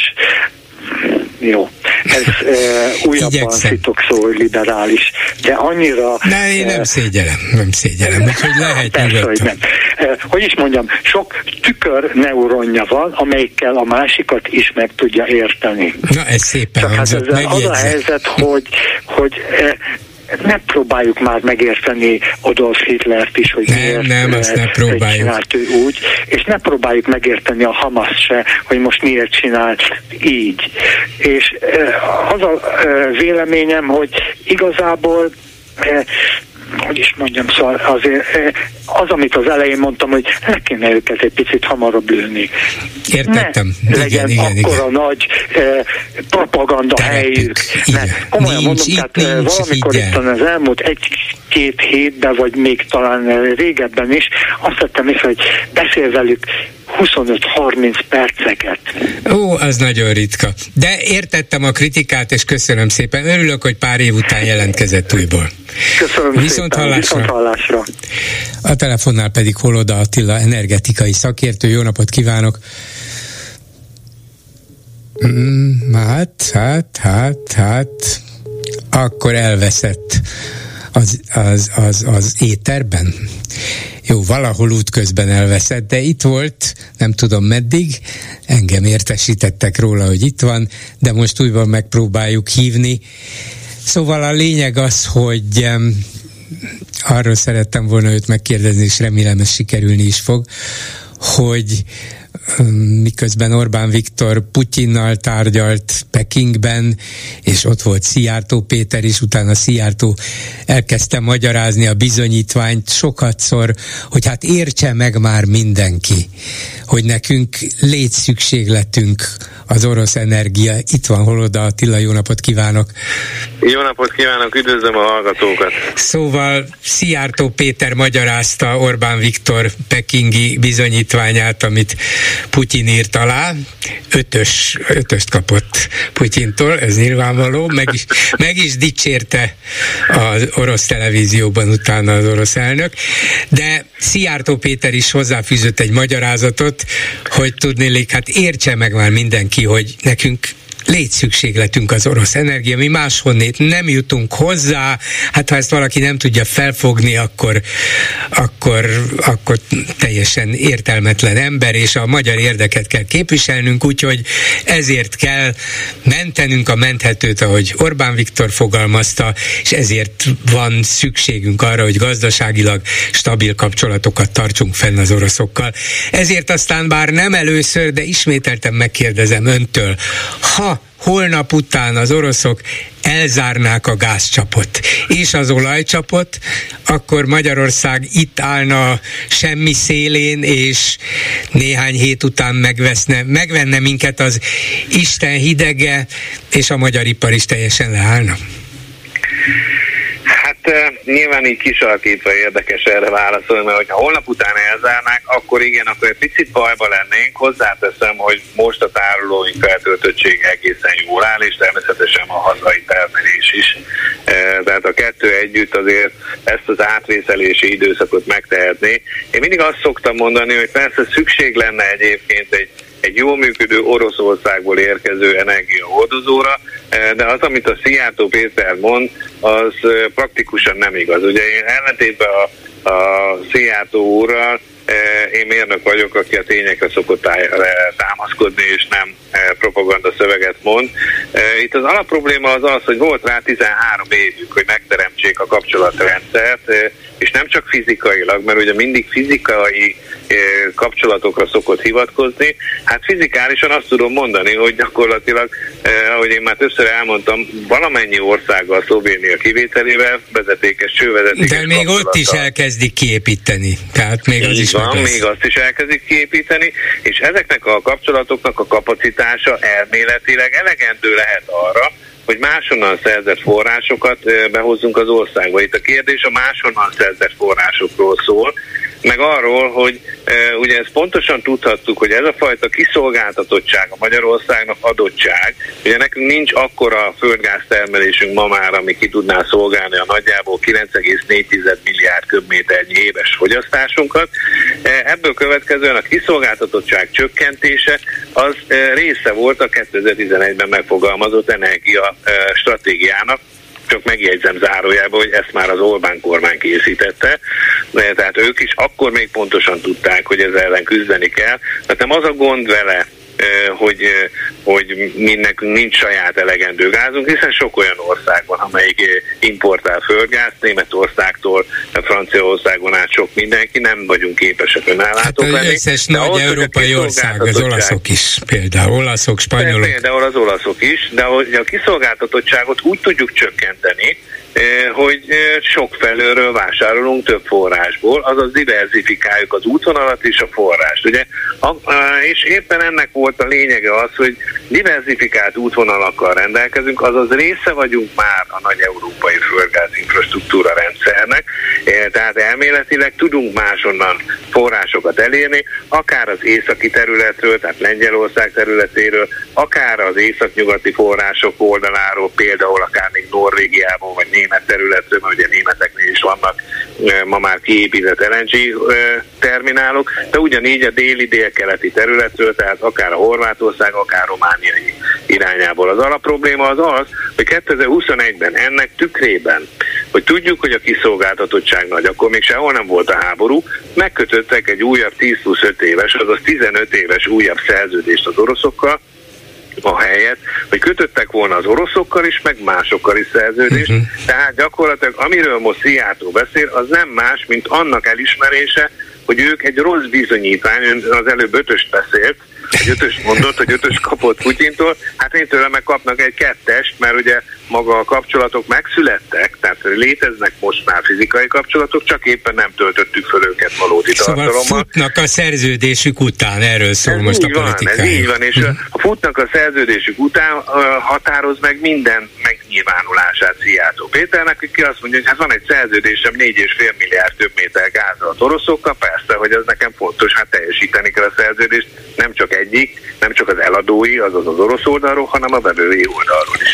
jó, ez uh, újabban szitokszó, hogy liberális, de annyira... Ne, én nem uh, szégyelem, nem szégyelem, úgyhogy lehet persze, hogy nem. Uh, hogy is mondjam, sok tükör neuronja van, amelyikkel a másikat is meg tudja érteni. Na, ez szépen csak hát ezzel az a helyzet, hogy, hogy uh, ne próbáljuk már megérteni Adolf Hitlert is, hogy nem, miért nem, azt ne próbáljuk. Csinált ő úgy, és ne próbáljuk megérteni a Hamas se, hogy most miért csinált így. És az a véleményem, hogy igazából hogy is mondjam, szóval azért az, amit az elején mondtam, hogy le kéne őket egy picit hamarabb lőni. Értettem. Ne igen, legyen igen, akkora igen. nagy eh, propaganda Terepük. helyük. Mert komolyan nincs, mondom, tehát nincs, valamikor itt az elmúlt egy-két hétben, vagy még talán régebben is, azt vettem észre, hogy beszél velük huszonöt-harminc perceket. Ó, az nagyon ritka. De értettem a kritikát, és köszönöm szépen. Örülök, hogy pár év után jelentkezett újból. Köszönöm Viszont szépen. Hallásra. Viszont hallásra. A telefonnál pedig Holoda Attila, energetikai szakértő. Jó napot kívánok! Mm, hát, hát, hát, hát, akkor elveszett az, az, az, az éterben. Jó, valahol útközben elveszett, de itt volt, nem tudom meddig, engem értesítettek róla, hogy itt van, de most újban megpróbáljuk hívni. Szóval a lényeg az, hogy um, arról szerettem volna őt megkérdezni, és remélem ez sikerülni is fog, hogy miközben Orbán Viktor Putyinnal tárgyalt Pekingben, és ott volt Szijjártó Péter is, utána Szijjártó elkezdte magyarázni a bizonyítványt sokatszor, hogy hát értse meg már mindenki, hogy nekünk létszükségletünk az orosz energia. Itt van Holoda Attila, jó napot kívánok! Jó napot kívánok, üdvözlöm a hallgatókat! Szóval Szijjártó Péter magyarázta Orbán Viktor pekingi bizonyítványát, amit Putyin írt alá, ötös, ötöst kapott Putyintól, ez nyilvánvaló, meg is, meg is dicsérte az orosz televízióban utána az orosz elnök, de Szijjártó Péter is hozzáfűzött egy magyarázatot, hogy tudnélik, hát értse meg már mindenki, hogy nekünk létszükségletünk az orosz energia, mi máshonnét nem jutunk hozzá, hát ha ezt valaki nem tudja felfogni, akkor, akkor, akkor teljesen értelmetlen ember, és a magyar érdeket kell képviselnünk, úgyhogy ezért kell mentenünk a menthetőt, ahogy Orbán Viktor fogalmazta, és ezért van szükségünk arra, hogy gazdaságilag stabil kapcsolatokat tartsunk fenn az oroszokkal. Ezért aztán bár nem először, de ismételten megkérdezem öntől, ha holnap után az oroszok elzárnák a gázcsapot és az olajcsapot, akkor Magyarország itt állna semmi szélén, és néhány hét után megveszne, megvenne minket az Isten hidege, és a magyar ipar is teljesen leállna? Hát nyilván így kisalkítva érdekes erre válaszolni, mert hogyha holnap után elzárnák, akkor igen, akkor egy picit bajba lennénk. Hozzáteszem, hogy most a tárolóink feltöltöttsége egészen jól áll, és természetesen a hazai termelés is. Tehát a kettő együtt azért ezt az átvészelési időszakot megtehetné. Én mindig azt szoktam mondani, hogy persze szükség lenne egyébként egy egy jól működő Oroszországból érkező energiahordozóra, de az, amit a Szijjártó Péter mond, az praktikusan nem igaz. Ugye én ellentétben a, a Szijjártó úrral, én mérnök vagyok, aki a tényekre szokott támaszkodni, és nem propaganda szöveget mond. Itt az alapprobléma az az, hogy volt rá tizenhárom évük, hogy megteremtsék a kapcsolatrendszert, és nem csak fizikailag, mert ugye mindig fizikai kapcsolatokra szokott hivatkozni. Hát fizikálisan azt tudom mondani, hogy gyakorlatilag, ahogy én már többször elmondtam, valamennyi országgal, Szlovénia kivételével vezetékes, csővezetékes de még ott is elkezdik kiépíteni. Tehát még az is van, még azt is elkezdik kiépíteni, és ezeknek a kapcsolatoknak a kapacitása elméletileg elegendő lehet arra, hogy máshonnan szerzett forrásokat behozzunk az országba. Itt a kérdés a máshonnan szerzett forrásokról szól, meg arról, hogy e, ugye ezt pontosan tudhattuk, hogy ez a fajta kiszolgáltatottság a Magyarországnak adottság. Ugye nekünk nincs akkora földgáztermelésünk ma már, ami ki tudná szolgálni a nagyjából kilenc egész négy milliárd köbméternyi éves fogyasztásunkat. E, ebből következően a kiszolgáltatottság csökkentése az e, része volt a kétezer-tizenegyben megfogalmazott energia e, stratégiának. Csak megjegyzem zárójában, hogy ezt már az Orbán kormány készítette, tehát ők is akkor még pontosan tudták, hogy ezzel ellen küzdeni kell. Tehát nem az a gond vele, hogy, hogy mi nekünk nincs saját elegendő gázunk, hiszen sok olyan ország van, amelyik importál földgázt, Németországtól, Franciaországon át sok mindenki, nem vagyunk képesek önállátók lenni. Hát az összes nagy ahhoz, európai ország, az olaszok is, például olaszok, spanyolok. Például az olaszok is, de a kiszolgáltatottságot úgy tudjuk csökkenteni, hogy sok felőről vásárolunk több forrásból, azaz diverzifikáljuk az útvonalat és a forrást. Ugye? És éppen ennek volt a lényege az, hogy diverzifikált útvonalakkal rendelkezünk, azaz része vagyunk már a nagy európai földgáz infrastruktúra rendszernek, tehát elméletileg tudunk máshonnan forrásokat elérni, akár az északi területről, tehát Lengyelország területéről, akár az északnyugati források oldaláról, például akár még Norvégiából, vagy német területről, mert ugye németeknél is vannak ma már kiépített el en gé terminálok, de ugyanígy a déli, délkeleti területről, tehát akár a Horvátország, akár Romániai irányából. Az alapprobléma az az, hogy kétezer-huszonegyben ennek tükrében, hogy tudjuk, hogy a kiszolgáltatottság nagy, akkor még sehol nem volt a háború, megkötöttek egy újabb tíz plusz öt éves, azaz tizenöt éves újabb szerződést az oroszokkal, a helyet, hogy kötöttek volna az oroszokkal is, meg másokkal is szerződést. Uh-huh. Tehát gyakorlatilag, amiről most Szijjártó beszél, az nem más, mint annak elismerése, hogy ők egy rossz bizonyítvány, az előbb ötöst beszélt, egy ötöst mondott, hogy ötös kapott Putyintól, hát én tőle meg kapnak egy kettest, mert ugye maga a kapcsolatok megszülettek, tehát léteznek most már fizikai kapcsolatok, csak éppen nem töltöttük föl őket valódi szóval tartalommal. Szóval futnak a szerződésük után, erről szól ez most a politikája. Ez így van, és uh-huh. a futnak a szerződésük után uh, határoz meg minden megnyilvánulását Szijjártó Péternek, aki azt mondja, hogy hát van egy szerződésem négy és fél milliárd köbméter gázra az oroszokkal, persze, hogy ez nekem fontos, hát teljesíteni kell a szerződést, nem csak egyik, nem csak az eladói, azaz az orosz oldalról, hanem a vevői oldalról is.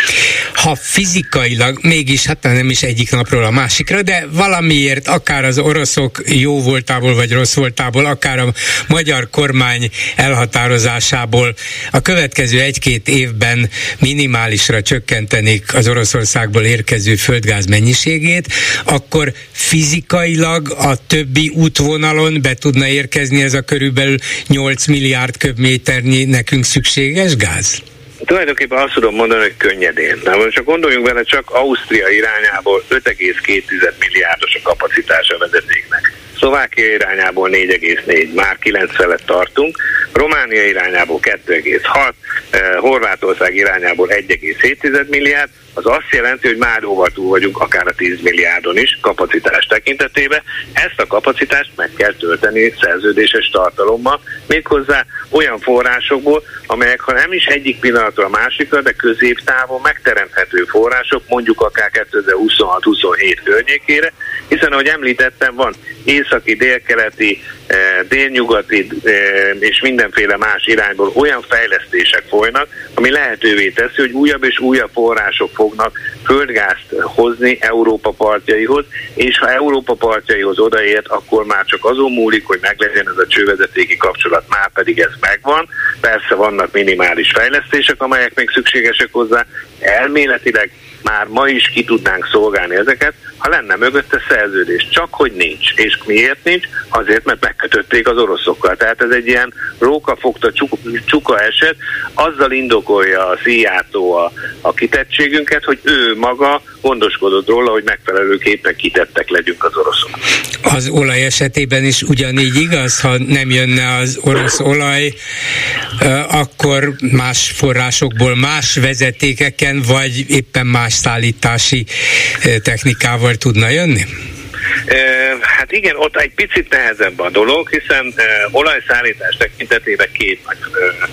ha fizikailag, mégis hát nem is egyik napról a másikra, de valamiért akár az oroszok jó voltából vagy rossz voltából, akár a magyar kormány elhatározásából a következő egy-két évben minimálisra csökkentenék az Oroszországból érkező földgáz mennyiségét, akkor fizikailag a többi útvonalon be tudna érkezni ez a körülbelül nyolc milliárd köbméternyi nekünk szükséges gáz? Tulajdonképpen azt tudom mondani, hogy könnyedén. Na most csak gondoljunk vele, csak Ausztria irányából öt egész két milliárdos a kapacitása a vezetéknek. Szlovákia irányából négy egész négy, már kilenc felett tartunk, Románia irányából kettő egész hat, eh, Horvátország irányából egy egész hét milliárd, az azt jelenti, hogy már jóval túl vagyunk akár a tíz milliárdon is kapacitás tekintetében. Ezt a kapacitást meg kell tölteni szerződéses tartalommal, méghozzá olyan forrásokból, amelyek ha nem is egyik pillanatra a másikra, de középtávon megteremthető források, mondjuk akár kétezer-huszonhat huszonhét környékére, hiszen ahogy említettem, van északi, délkeleti, eh, délnyugati eh, és mindenféle más irányból olyan fejlesztések folynak, ami lehetővé teszi, hogy újabb és újabb források fognak földgázt hozni Európa partjaihoz, és ha Európa partjaihoz odaért, akkor már csak azon múlik, hogy meglegyen ez a csővezetéki kapcsolat, már pedig ez megvan. Persze vannak minimális fejlesztések, amelyek még szükségesek hozzá. Elméletileg már ma is ki tudnánk szolgálni ezeket, ha lenne mögötte szerződés. Csak hogy nincs. És miért nincs? Azért, mert megkötötték az oroszokkal. Tehát ez egy ilyen rókafogta csuka, csuka eset, azzal indokolja a Szijjártó a, a kitettségünket, hogy ő maga gondoskodott róla, hogy megfelelőképpen kitettek legyünk az oroszok. Az olaj esetében is ugyanígy igaz, ha nem jönne az orosz olaj, akkor más forrásokból, más vezetékeken, vagy éppen más szállítási technikával tudna jönni? Hát igen, ott egy picit nehezebb a dolog, hiszen olajszállítás tekintetében két nagy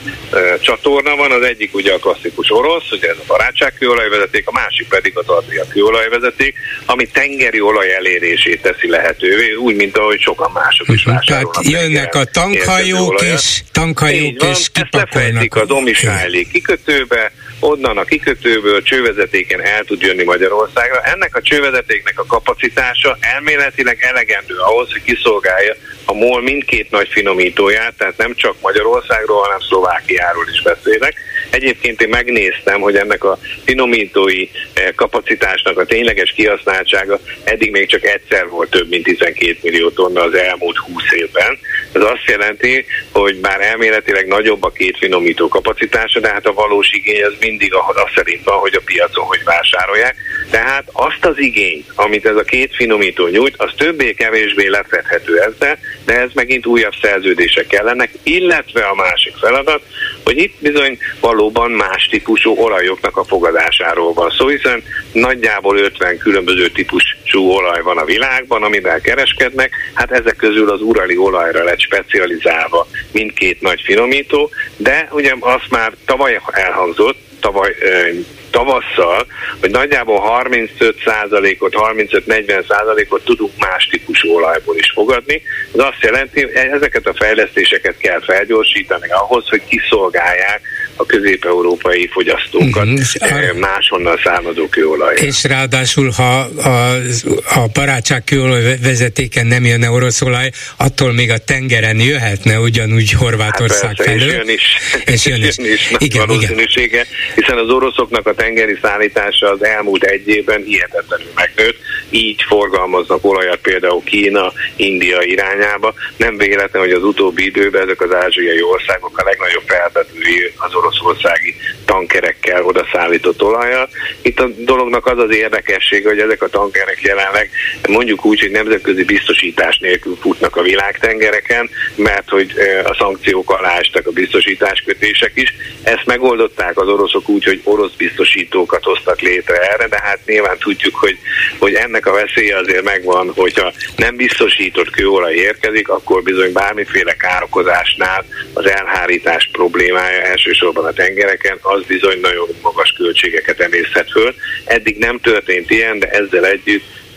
csatorna van, az egyik ugye a klasszikus orosz, ugye ez a barátságkőolajvezeték, a másik pedig az adriai kőolajvezeték, ami tengeri olaj elérését teszi lehetővé, úgy, mint ahogy sokan mások is vásárolnak. Tehát jönnek a tankhajók és, tankhajók és kipakolnak. a Domisájli kikötőbe, onnan a kikötőből csővezetéken el tud jönni Magyarországra. Ennek a csővezetéknek a kapacitása elméletileg elegendő ahhoz, hogy kiszolgálja a MOL mindkét nagy finomítóját, tehát nem csak Magyarországról, hanem Szlovákiáról is beszélek. Egyébként én megnéztem, hogy ennek a finomítói kapacitásnak a tényleges kihasználtsága eddig még csak egyszer volt több mint tizenkét millió tonna az elmúlt húsz évben. Ez azt jelenti, hogy már elméletileg nagyobb a két finomító kapacitása, de hát a valós igény az mindig az szerint van, hogy a piacon hogy vásárolják. Tehát azt az igényt, amit ez a két finomító nyújt, az többé-kevésbé lefedhető ezzel, de ez megint újabb szerződések kellenek, illetve a másik feladat, hogy itt bizony valóban más típusú olajoknak a fogadásáról van szó, hiszen nagyjából ötven különböző típusú olaj van a világban, amivel kereskednek, hát ezek közül az urali olajra lett specializálva mindkét nagy finomító, de ugye azt már tavaly elhangzott, tavaly tavasszal, hogy nagyjából harmincöt százalékot, harmincöt-negyven százalékot tudunk más típusú olajból is fogadni. Ez azt jelenti, hogy ezeket a fejlesztéseket kell felgyorsítani ahhoz, hogy kiszolgálják a közép-európai fogyasztókat uh-huh. máshonnan származó kőolaj. És ráadásul, ha a, a barátság kőolaj vezetéken nem jönne orosz olaj, attól még a tengeren jöhetne ugyanúgy Horvátország hát felől. És jön is. És jön is. Jön is igen, valószínűsége, igen. Hiszen az oroszoknak a tengeri szállítása az elmúlt egy évben hihetetlenül megnőtt. Így forgalmaznak olajat például Kína, India irányába. Nem véletlen, hogy az utóbbi időben ezek az ázsiai országok a legnagyobb felvevői az oroszországi tankerekkel oda szállított olajat. Itt a dolognak az az érdekessége, hogy ezek a tankerek jelenleg mondjuk úgy, hogy nemzetközi biztosítás nélkül futnak a világtengereken, mert hogy a szankciók alá estek a biztosításkötések is. Ezt megoldották az oroszok úgy, hogy orosz biztosítókat hoztak létre erre, de hát nyilván tudjuk, hogy, hogy ennek a veszélye azért megvan, hogyha nem biztosított kőolaj érkezik, akkor bizony bármiféle károkozásnál az elhárítás problémája elsősorban a tengereken, az bizony nagyon magas költségeket emészhet föl. Eddig nem történt ilyen, de ezzel együtt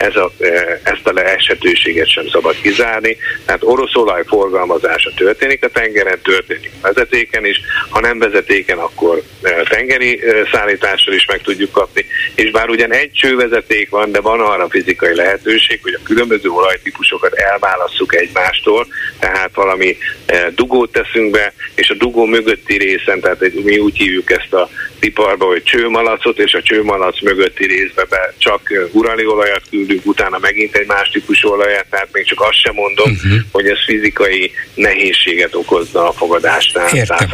ez a, ezt a leeshetőséget sem szabad kizárni. Tehát orosz olaj forgalmazása történik a tengeren, történik vezetéken is, ha nem vezetéken, akkor tengeri szállítással is meg tudjuk kapni, és bár ugyan egy csővezeték van, de van arra fizikai lehetőség, hogy a különböző olajtípusokat elválasszuk egymástól, tehát valami dugót teszünk be, és a dugó mögötti részen, tehát mi úgy hívjuk ezt a iparba, hogy csőmalacot, és a csőmalac mögötti részbe be csak urali olajat küldünk, utána megint egy más típusú olajat, tehát még csak azt sem mondom, uh-huh. hogy ez fizikai nehézséget okozna a fogadásnál.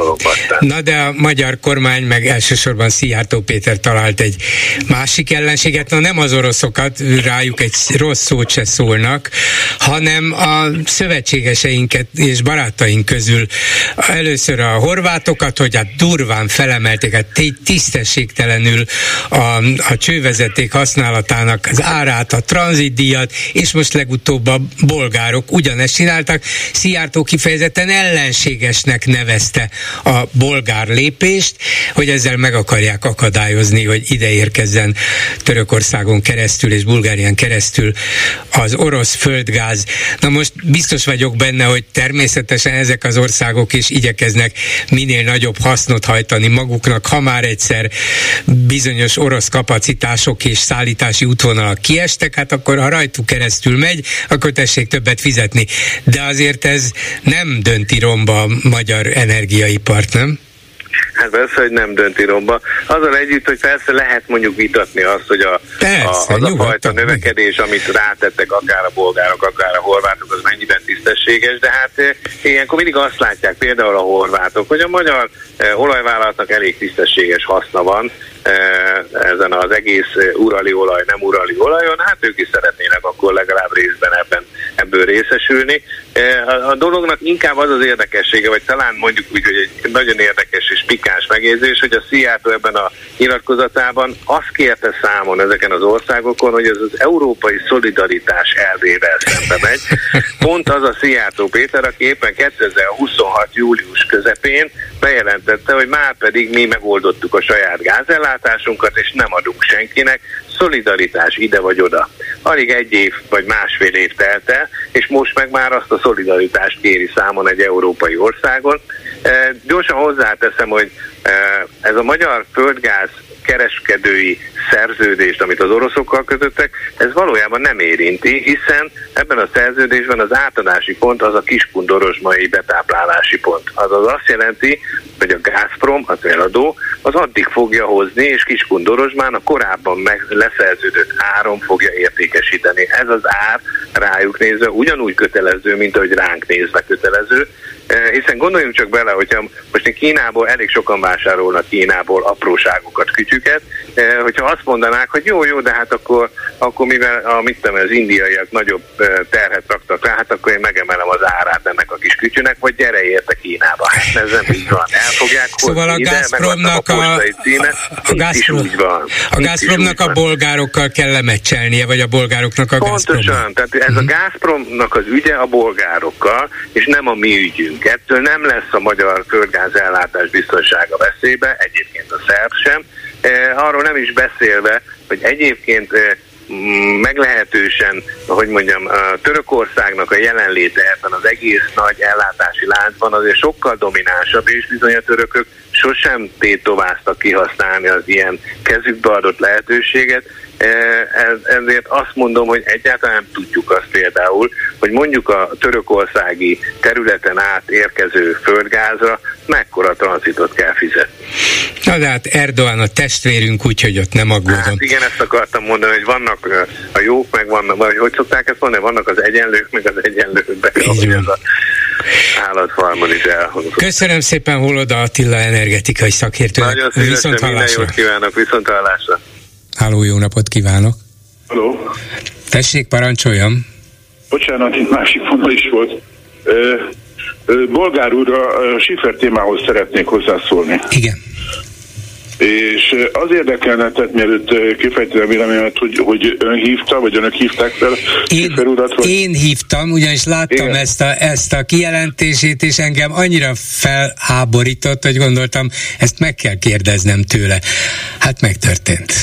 Na de a magyar kormány, meg elsősorban Szijjártó Péter talált egy másik ellenséget, na nem az oroszokat, rájuk egy rossz szót se szólnak, hanem a szövetségeseinket és barátaink közül először a horvátokat, hogy hát durván felemelték, hát tisztességtelenül a, a csővezeték használatának az árát, a tranzitdíjat, és most legutóbb a bolgárok ugyanezt csináltak. Szijjártó kifejezetten ellenségesnek nevezte a bolgár lépést, hogy ezzel meg akarják akadályozni, hogy ide érkezzen Törökországon keresztül és Bulgárián keresztül az orosz földgáz. Na most biztos vagyok benne, hogy természetesen ezek az országok is igyekeznek minél nagyobb hasznot hajtani maguknak, ha már egyszer bizonyos orosz kapacitások és szállítási útvonalak kiestek, hát akkor ha rajtuk keresztül megy, akkor tessék többet fizetni. De azért ez nem dönti romba a magyar energiaipart, nem? Hát persze, hogy nem dönti romba. Azzal együtt, hogy persze lehet mondjuk vitatni azt, hogy a, persze, a, az a fajta növekedés, amit rátettek akár a bolgárok, akár a horvátok, az mennyiben tisztességes, de hát ilyenkor mindig azt látják például a horvátok, hogy a magyar eh, olajvállalatnak elég tisztességes haszna van ezen az egész urali olaj, nem urali olajon, hát ők is szeretnének akkor legalább részben ebben, ebből részesülni. A, a dolognak inkább az az érdekessége, vagy talán mondjuk úgy, hogy egy nagyon érdekes és pikáns megjegyzés, hogy a Szijjártó ebben a nyilatkozatában azt kérte számon ezeken az országokon, hogy ez az európai szolidaritás elvével szembe megy. Pont az a Szijjártó Péter, aki éppen kétezer-huszonhat július közepén bejelentette, hogy már pedig mi megoldottuk a saját gázellátásunkat, és nem adunk senkinek, szolidaritás ide vagy oda. Alig egy év vagy másfél év telt el, és most meg már azt a szolidaritást kéri számon egy európai országon. E, gyorsan hozzáteszem, hogy e, ez a magyar földgáz kereskedői szerződést, amit az oroszokkal kötöttek, ez valójában nem érinti, hiszen ebben a szerződésben az átadási pont az a kiskun-dorozsmai betáplálási pont. Azaz azt jelenti, hogy a Gazprom, az eladó, az addig fogja hozni, és Kiskun-Dorozsmán a korábban meg leszerződött áron fogja értékesíteni. Ez az ár rájuk nézve ugyanúgy kötelező, mint ahogy ránk nézve kötelező, hiszen gondoljunk csak bele, hogyha most Kínából elég sokan vásárolnak Kínából apróságokat, kütyüket, hogyha azt mondanák, hogy jó, jó, de hát akkor, akkor mivel a, mit tudom, az indiaiak nagyobb terhet raktak rá, hát akkor én megemelem az árát ennek a kis kütyünek, vagy gyere érte Kínába. Hát ez nem így van. El fogják szóval hozni ide, megvannak a postai címe, a, a, Gazprom, a Gazpromnak a bolgárokkal kell lemecselnie, vagy a bolgároknak a Gazpromnak. Pontosan, tehát ez uh-huh. a Gazpromnak az ügye a bolgárokkal, és nem a mi ügyünk. Ettől nem lesz a magyar földgázellátás biztonsága veszélybe, egyébként a szerb sem. E, arról nem is beszélve, hogy egyébként e, meglehetősen, hogy mondjam, a Törökországnak a jelenléte ebben az egész nagy ellátási láncban azért sokkal dominánsabb, és bizony a törökök sosem tétováztak kihasználni az ilyen kezükbe adott lehetőséget. Ezért azt mondom, hogy egyáltalán nem tudjuk azt például, hogy mondjuk a törökországi területen át érkező földgázra mekkora tranzitot kell fizetni. Na de hát Erdoğan a testvérünk, úgyhogy ott nem aggódom. Hát igen, ezt akartam mondani, hogy vannak a jók, meg vannak, vagy hogy szokták ezt mondani, vannak az egyenlők, meg az egyenlőkben, ahogy ez az állatfarmon is elhangzott. Köszönöm szépen Holoda Attila energetikai szakértőnek. Nagyon szívesen, minden jót kívánok, viszonthallásra. Háló, jó napot kívánok! Halló! Tessék, parancsoljam! Bocsánat, itt másik vonal is volt. Ö, ö, Bolgár úr, a Schiffer témához szeretnék hozzászólni. Igen. És az érdekelne, tehát mielőtt kifejteni a véleményemet, hogy, hogy ön hívta, vagy önök hívták fel Schiffer urat? Vagy... Én hívtam, ugyanis láttam ezt a, ezt a kijelentését, és engem annyira felháborított, hogy gondoltam, ezt meg kell kérdeznem tőle. Hát megtörtént.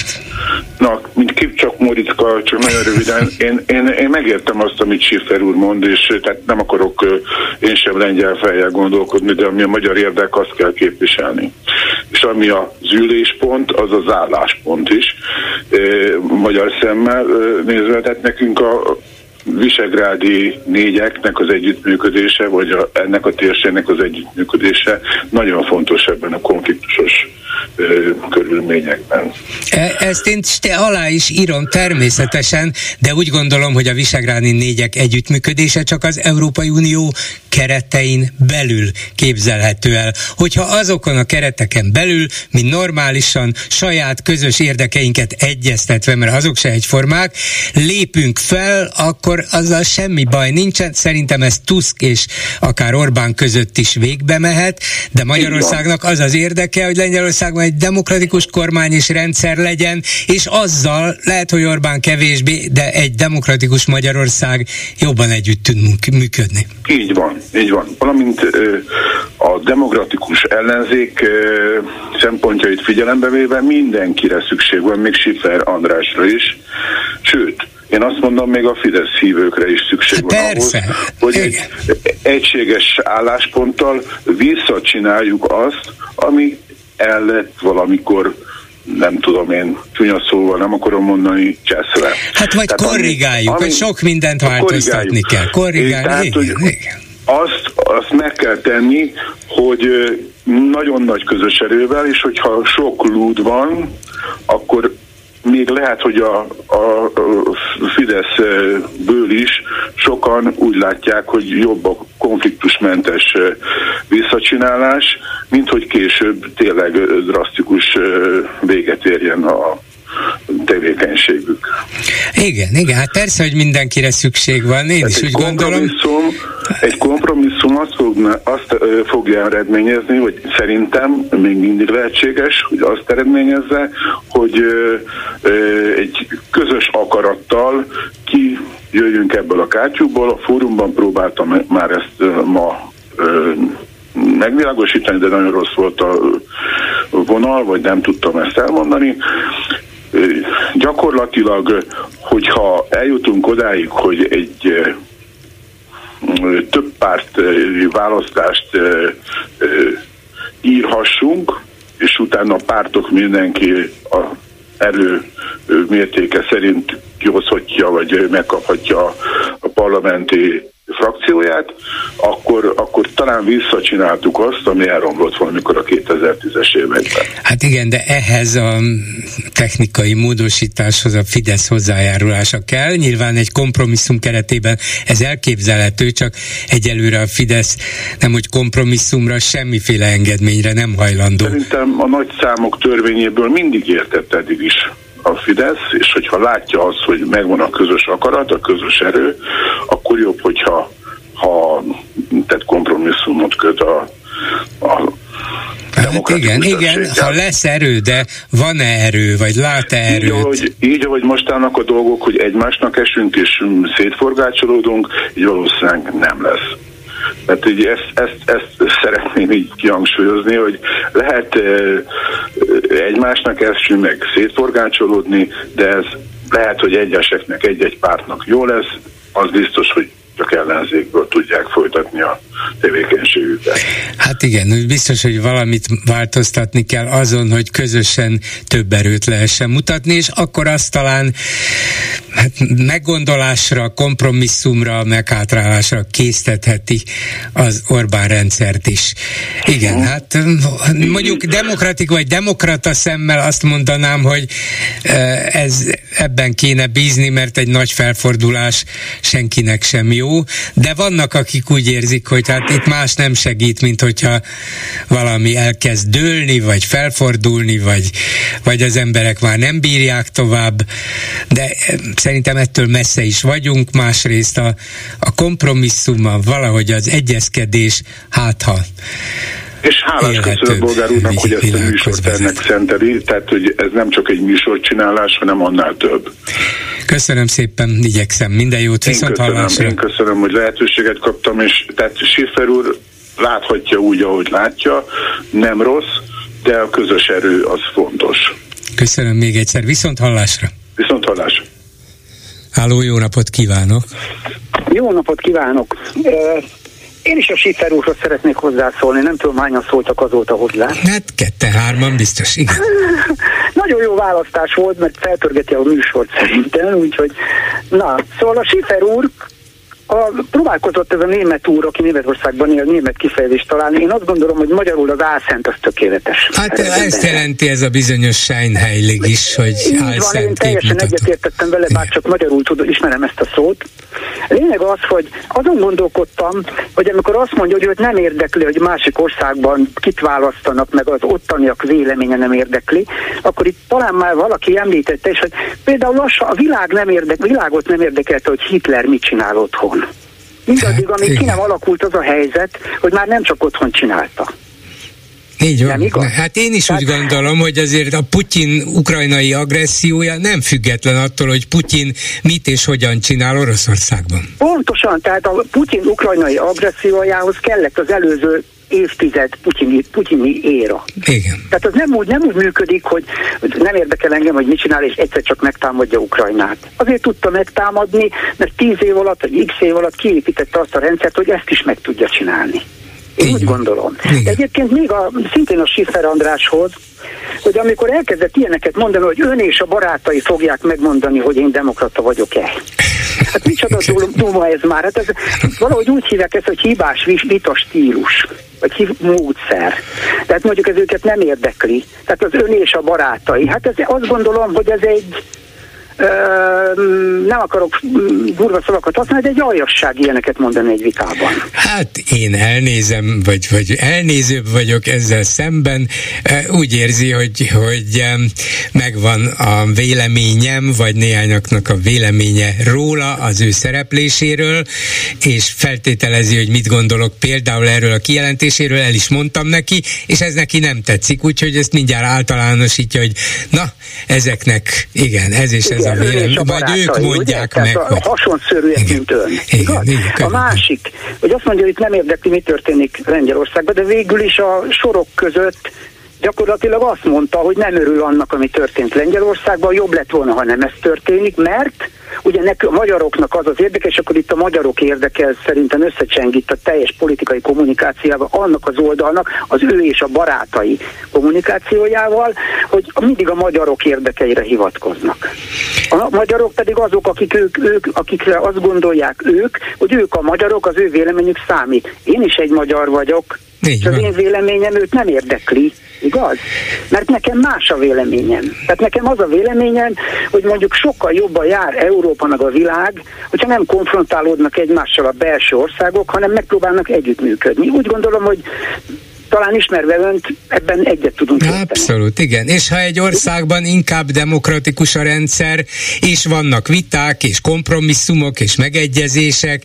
Na, mint Kipcsak Moriczka, csak nagyon röviden, én, én, én megértem azt, amit Schiffer úr mond, és tehát nem akarok én sem lengyel fejjel gondolkodni, de ami a magyar érdek, azt kell képviselni. És ami az üléspont, az az álláspont is. E, magyar szemmel nézve, tehát nekünk a visegrádi négyeknek az együttműködése, vagy a, ennek a térségnek az együttműködése nagyon fontos ebben a konfliktusos ö, körülményekben. E, ezt én te alá is írom természetesen, de úgy gondolom, hogy a visegrádi négyek együttműködése csak az Európai Unió keretein belül képzelhető el. Hogyha azokon a kereteken belül mi normálisan saját közös érdekeinket egyeztetve, mert azok se egyformák, lépünk fel, akkor azzal semmi baj nincsen. Szerintem ez Tusk és akár Orbán között is végbe mehet, de Magyarországnak az az érdeke, hogy Lengyelországban egy demokratikus kormány és rendszer legyen, és azzal lehet, hogy Orbán kevésbé, de egy demokratikus Magyarország jobban együtt tud működni. Így van, így van. Valamint a demokratikus ellenzék szempontjait figyelembe véve mindenkire szükség van, még Schiffer Andrásra is, sőt, én azt mondom, még a Fidesz hívőkre is szükség van Persze. ahhoz, hogy egy egységes állásponttal visszacsináljuk azt, ami el lett valamikor, nem tudom én, csúnya szóval nem akarom mondani, cseszve. Hát vagy Tehát korrigáljuk, ami, ami, hogy sok mindent változtatni kell. Korrigálni, Tehát, igen, igen. Azt, azt meg kell tenni, hogy nagyon nagy közös erővel, és hogyha sok lúd van, akkor még lehet, hogy a, a Fideszből is sokan úgy látják, hogy jobb a konfliktusmentes visszacsinálás, mint hogy később tényleg drasztikus véget érjen a tevékenységük. Igen, igen, hát persze, hogy mindenkire szükség van, én is úgy gondolom. Egy kompromisszum azt, fogna, azt ö, fogja eredményezni, hogy szerintem még mindig lehetséges, hogy azt eredményezze, hogy ö, ö, egy közös akarattal ki jöjjünk ebből a kátyúból. A fórumban próbáltam már ezt ö, ma ö, megvilágosítani, de nagyon rossz volt a vonal, vagy nem tudtam ezt elmondani. Gyakorlatilag, hogyha eljutunk odáig, hogy egy több párt választást írhassunk, és utána a pártok mindenki a erő mértéke szerint kihozhatja, vagy megkaphatja a parlamenti frakcióját, akkor, akkor talán visszacsináltuk azt, ami elromlott valamikor a kétezer-tízes években. Hát igen, de ehhez a technikai módosításhoz a Fidesz hozzájárulása kell. Nyilván egy kompromisszum keretében ez elképzelhető, csak egyelőre a Fidesz nem hogy kompromisszumra, semmiféle engedményre nem hajlandó. Szerintem a nagy számok törvényéből mindig értett eddig is a Fidesz, és hogyha látja azt, hogy megvan a közös akarat, a közös erő, akkor jobb, hogyha ha, tehát kompromisszumot köt a, a hát igen, igen, ha lesz erő, de van-e erő, vagy lát-e erőt? Így ahogy, így, ahogy most állnak a dolgok, hogy egymásnak esünk és szétforgácsolódunk, így valószínűleg nem lesz. Mert így ezt, ezt, ezt szeretném így kihangsúlyozni, hogy lehet egymásnak esünk, meg szétforgácsolódni, de ez lehet, hogy egyeseknek, egy-egy pártnak jó lesz, az biztos, hogy csak ellenzékből tudják folytatni a tevékenységüket. Hát igen, biztos, hogy valamit változtatni kell azon, hogy közösen több erőt lehessen mutatni, és akkor azt talán hát meggondolásra, kompromisszumra, meghátrálásra késztetheti az Orbán rendszert is. Igen, hát mondjuk demokratik vagy demokrata szemmel azt mondanám, hogy ez ebben kéne bízni, mert egy nagy felfordulás senkinek sem jó, de vannak, akik úgy érzik, hogy hát itt más nem segít, mint hogyha valami elkezd dőlni, vagy felfordulni, vagy, vagy az emberek már nem bírják tovább, de szerintem ettől messze is vagyunk, másrészt a, a kompromisszum, valahogy az egyezkedés, hát ha és hálás köszönöm Bolgár úrnak, hogy ezt a műsort ennek szenteli, tehát hogy ez nem csak egy műsorcsinálás, hanem annál több. Köszönöm szépen, igyekszem. Minden jót, viszont hallásra. Én köszönöm, hogy lehetőséget kaptam, és tehát Schiffer úr láthatja úgy, ahogy látja, nem rossz, de a közös erő az fontos. Köszönöm még egyszer, viszont hallásra. Viszont hallásra. Háló, jó napot kívánok. Jó napot kívánok. Én is a Schiffer úrhoz szeretnék hozzászólni, nem tudom, hányan szóltak azóta hozzá. Hát kette-hárman biztos, igen. Nagyon jó választás volt, mert felpörgeti a műsort szerintem, úgyhogy na, szóval a Schiffer úr a, próbálkozott ez a német úr, aki Németországban él, német kifejezést találni. Én azt gondolom, hogy magyarul az álszent az tökéletes. Hát ez ezt jelenti ez a bizonyos Scheinheilig is, hogy álszent. Én teljesen egyetértettem vele, bár csak magyarul tudom, ismerem ezt a szót. Lényeg az, hogy azon gondolkodtam, hogy amikor azt mondja, hogy őt nem érdekli, hogy másik országban kit választanak, meg az ottaniak véleménye nem érdekli, akkor itt talán már valaki említette is, hogy például lassan a világ nem érdek, világot nem érdekelte, hogy Hitler mit csinál otthon. Mindaddig, amíg igen. ki nem alakult az a helyzet, hogy már nem csak otthon csinálta. Így van. Hát én is tehát... úgy gondolom, hogy azért a Putyin ukrajnai agressziója nem független attól, hogy Putyin mit és hogyan csinál Oroszországban. Pontosan, tehát a Putyin ukrajnai agressziójához kellett az előző évtized putyini, putyini éra. Igen. Tehát az nem úgy, nem úgy működik, hogy nem érdekel engem, hogy mit csinál, és egyszer csak megtámadja Ukrajnát. Azért tudta megtámadni, mert tíz év alatt, vagy x év alatt kiépítette azt a rendszert, hogy ezt is meg tudja csinálni. Én igen. úgy gondolom. De egyébként még a, szintén a Schiffer Andráshoz, hogy amikor elkezdett ilyeneket mondani, hogy ön és a barátai fogják megmondani, hogy én demokrata vagyok-e. Hát micsoda duma ez már? Hát ez, valahogy úgy hívják ezt, hogy hibás vita stílus, vagy hív módszer. Tehát mondjuk ez őket nem érdekli. Tehát az ön és a barátai. Hát ez, azt gondolom, hogy ez egy Ö, nem akarok durva szavakat használni, de egy aljasság ilyeneket mondani egy vitában. Hát én elnézem, vagy, vagy elnézőbb vagyok ezzel szemben. Úgy érzi, hogy, hogy megvan a véleményem, vagy néhányaknak a véleménye róla, az ő szerepléséről, és feltételezi, hogy mit gondolok például erről a kijelentéséről, el is mondtam neki, és ez neki nem tetszik, úgyhogy ezt mindjárt általánosítja, hogy na, ezeknek igen, ez és ez a vélemény, vagy ők mondják ugye? meg. Hogy... Hasonszörűek, mint ön. Igen, igen, a másik, hogy azt mondja, hogy nem érdekli, mi történik Lengyelországban, de végül is a sorok között gyakorlatilag azt mondta, hogy nem örül annak, ami történt Lengyelországban, jobb lett volna, ha nem ez történik, mert ugye nekünk, a magyaroknak az az érdeke, és akkor itt a magyarok érdekel szerintem összecseng itt a teljes politikai kommunikációval, annak az oldalnak, az ő és a barátai kommunikációjával, hogy mindig a magyarok érdekeire hivatkoznak. A magyarok pedig azok, akik ők, ők, akikre azt gondolják ők, hogy ők a magyarok, az ő véleményük számít. Én is egy magyar vagyok, és az én véleményem őt nem érdekli, igaz? Mert nekem más a véleményem. Tehát nekem az a véleményem, hogy mondjuk sokkal jobban jár Európa meg a világ, hogyha nem konfrontálódnak egymással a belső országok, hanem megpróbálnak együttműködni. Úgy gondolom, hogy talán ismerve önt, ebben egyet tudunk érteni. Abszolút, igen. És ha egy országban inkább demokratikus a rendszer, és vannak viták, és kompromisszumok, és megegyezések,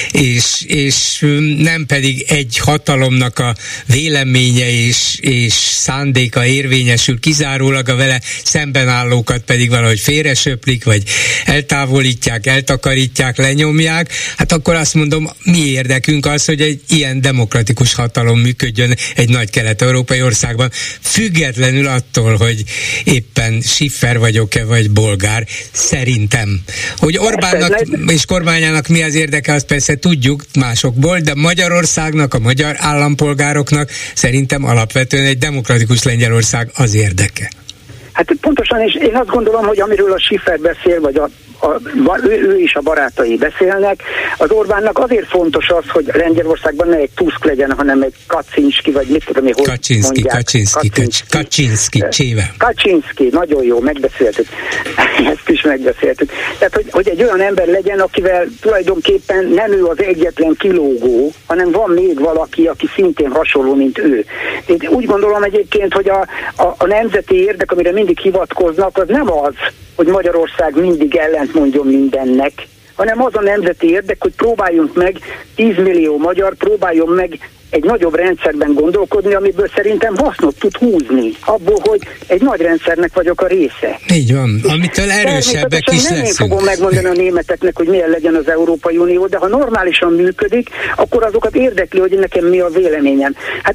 és, és nem pedig egy hatalomnak a véleménye és, és szándéka érvényesül, kizárólag a vele szemben állókat pedig valahogy félresöplik, vagy eltávolítják, eltakarítják, lenyomják, hát akkor azt mondom, mi érdekünk az, hogy egy ilyen demokratikus hatalom működjön egy nagy kelet-európai országban, függetlenül attól, hogy éppen Schiffer vagyok-e, vagy bolgár, szerintem. Hogy Orbánnak és kormányának mi az érdeke, azt persze tudjuk másokból, de Magyarországnak, a magyar állampolgároknak szerintem alapvetően egy demokratikus Lengyelország az érdeke. Hát pontosan, és én azt gondolom, hogy amiről a Schiffer beszél, vagy a A, ő, ő is a barátai beszélnek. Az Orbánnak azért fontos az, hogy Lengyelországban ne egy Tusk legyen, hanem egy Kaczynszki, vagy mit tudom én, hogy Kaczynszki, mondják. Kaczynszki, Kaczynszki, Kaczynszki, cséve. Kaczynszki, nagyon jó, megbeszéltük. Ezt is megbeszéltük. Tehát, hogy, hogy egy olyan ember legyen, akivel tulajdonképpen nem ő az egyetlen kilógó, hanem van még valaki, aki szintén hasonló, mint ő. Én úgy gondolom egyébként, hogy a, a, a nemzeti érdek, amire mindig hivatkoznak, az nem az, hogy Magyarország mindig ellent mondjon mindennek, hanem az a nemzeti érdek, hogy próbáljunk meg, tíz millió magyar próbáljon meg egy nagyobb rendszerben gondolkodni, amiből szerintem hasznot tud húzni. Abból, hogy egy nagy rendszernek vagyok a része. Így van, amitől erősebbek is nem leszünk. Én fogom megmondani a németeknek, hogy milyen legyen az Európai Unió, de ha normálisan működik, akkor azokat érdekli, hogy nekem mi a véleményem. Hát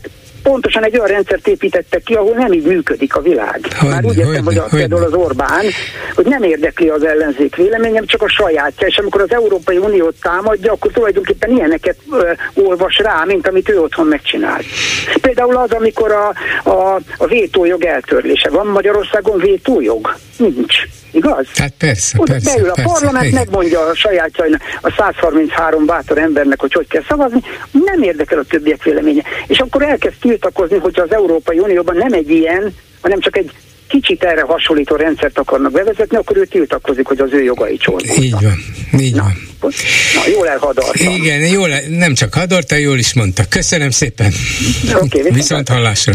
pontosan egy olyan rendszert építettek ki, ahol nem így működik a világ. Hogyne, Már úgy értem, hogy a, például az Orbán, hogy nem érdekli az ellenzék véleményem, csak a sajátja, és amikor az Európai Uniót támadja, akkor tulajdonképpen ilyeneket ö, olvas rá, mint amit ő otthon megcsinált. Például az, amikor a, a, a vétójog eltörlése. Van Magyarországon vétójog? Nincs. Igaz? Hát persze, Oda persze. beül a persze, parlament, igen. megmondja a sajátjainak, a száz harminchárom bátor embernek, hogy hogy kell szavazni, nem érdekel a többiek véleménye. És akkor elkezd tiltakozni, hogyha az Európai Unióban nem egy ilyen, hanem csak egy kicsit erre hasonlító rendszert akarnak bevezetni, akkor ő tiltakozik, hogy az ő jogai csorbultak. Így van, így na, van. Na, jól elhadartam. Igen, jól, nem csak hadorta, jól is mondta. Köszönöm szépen. Okay, viszont, viszont hallásra.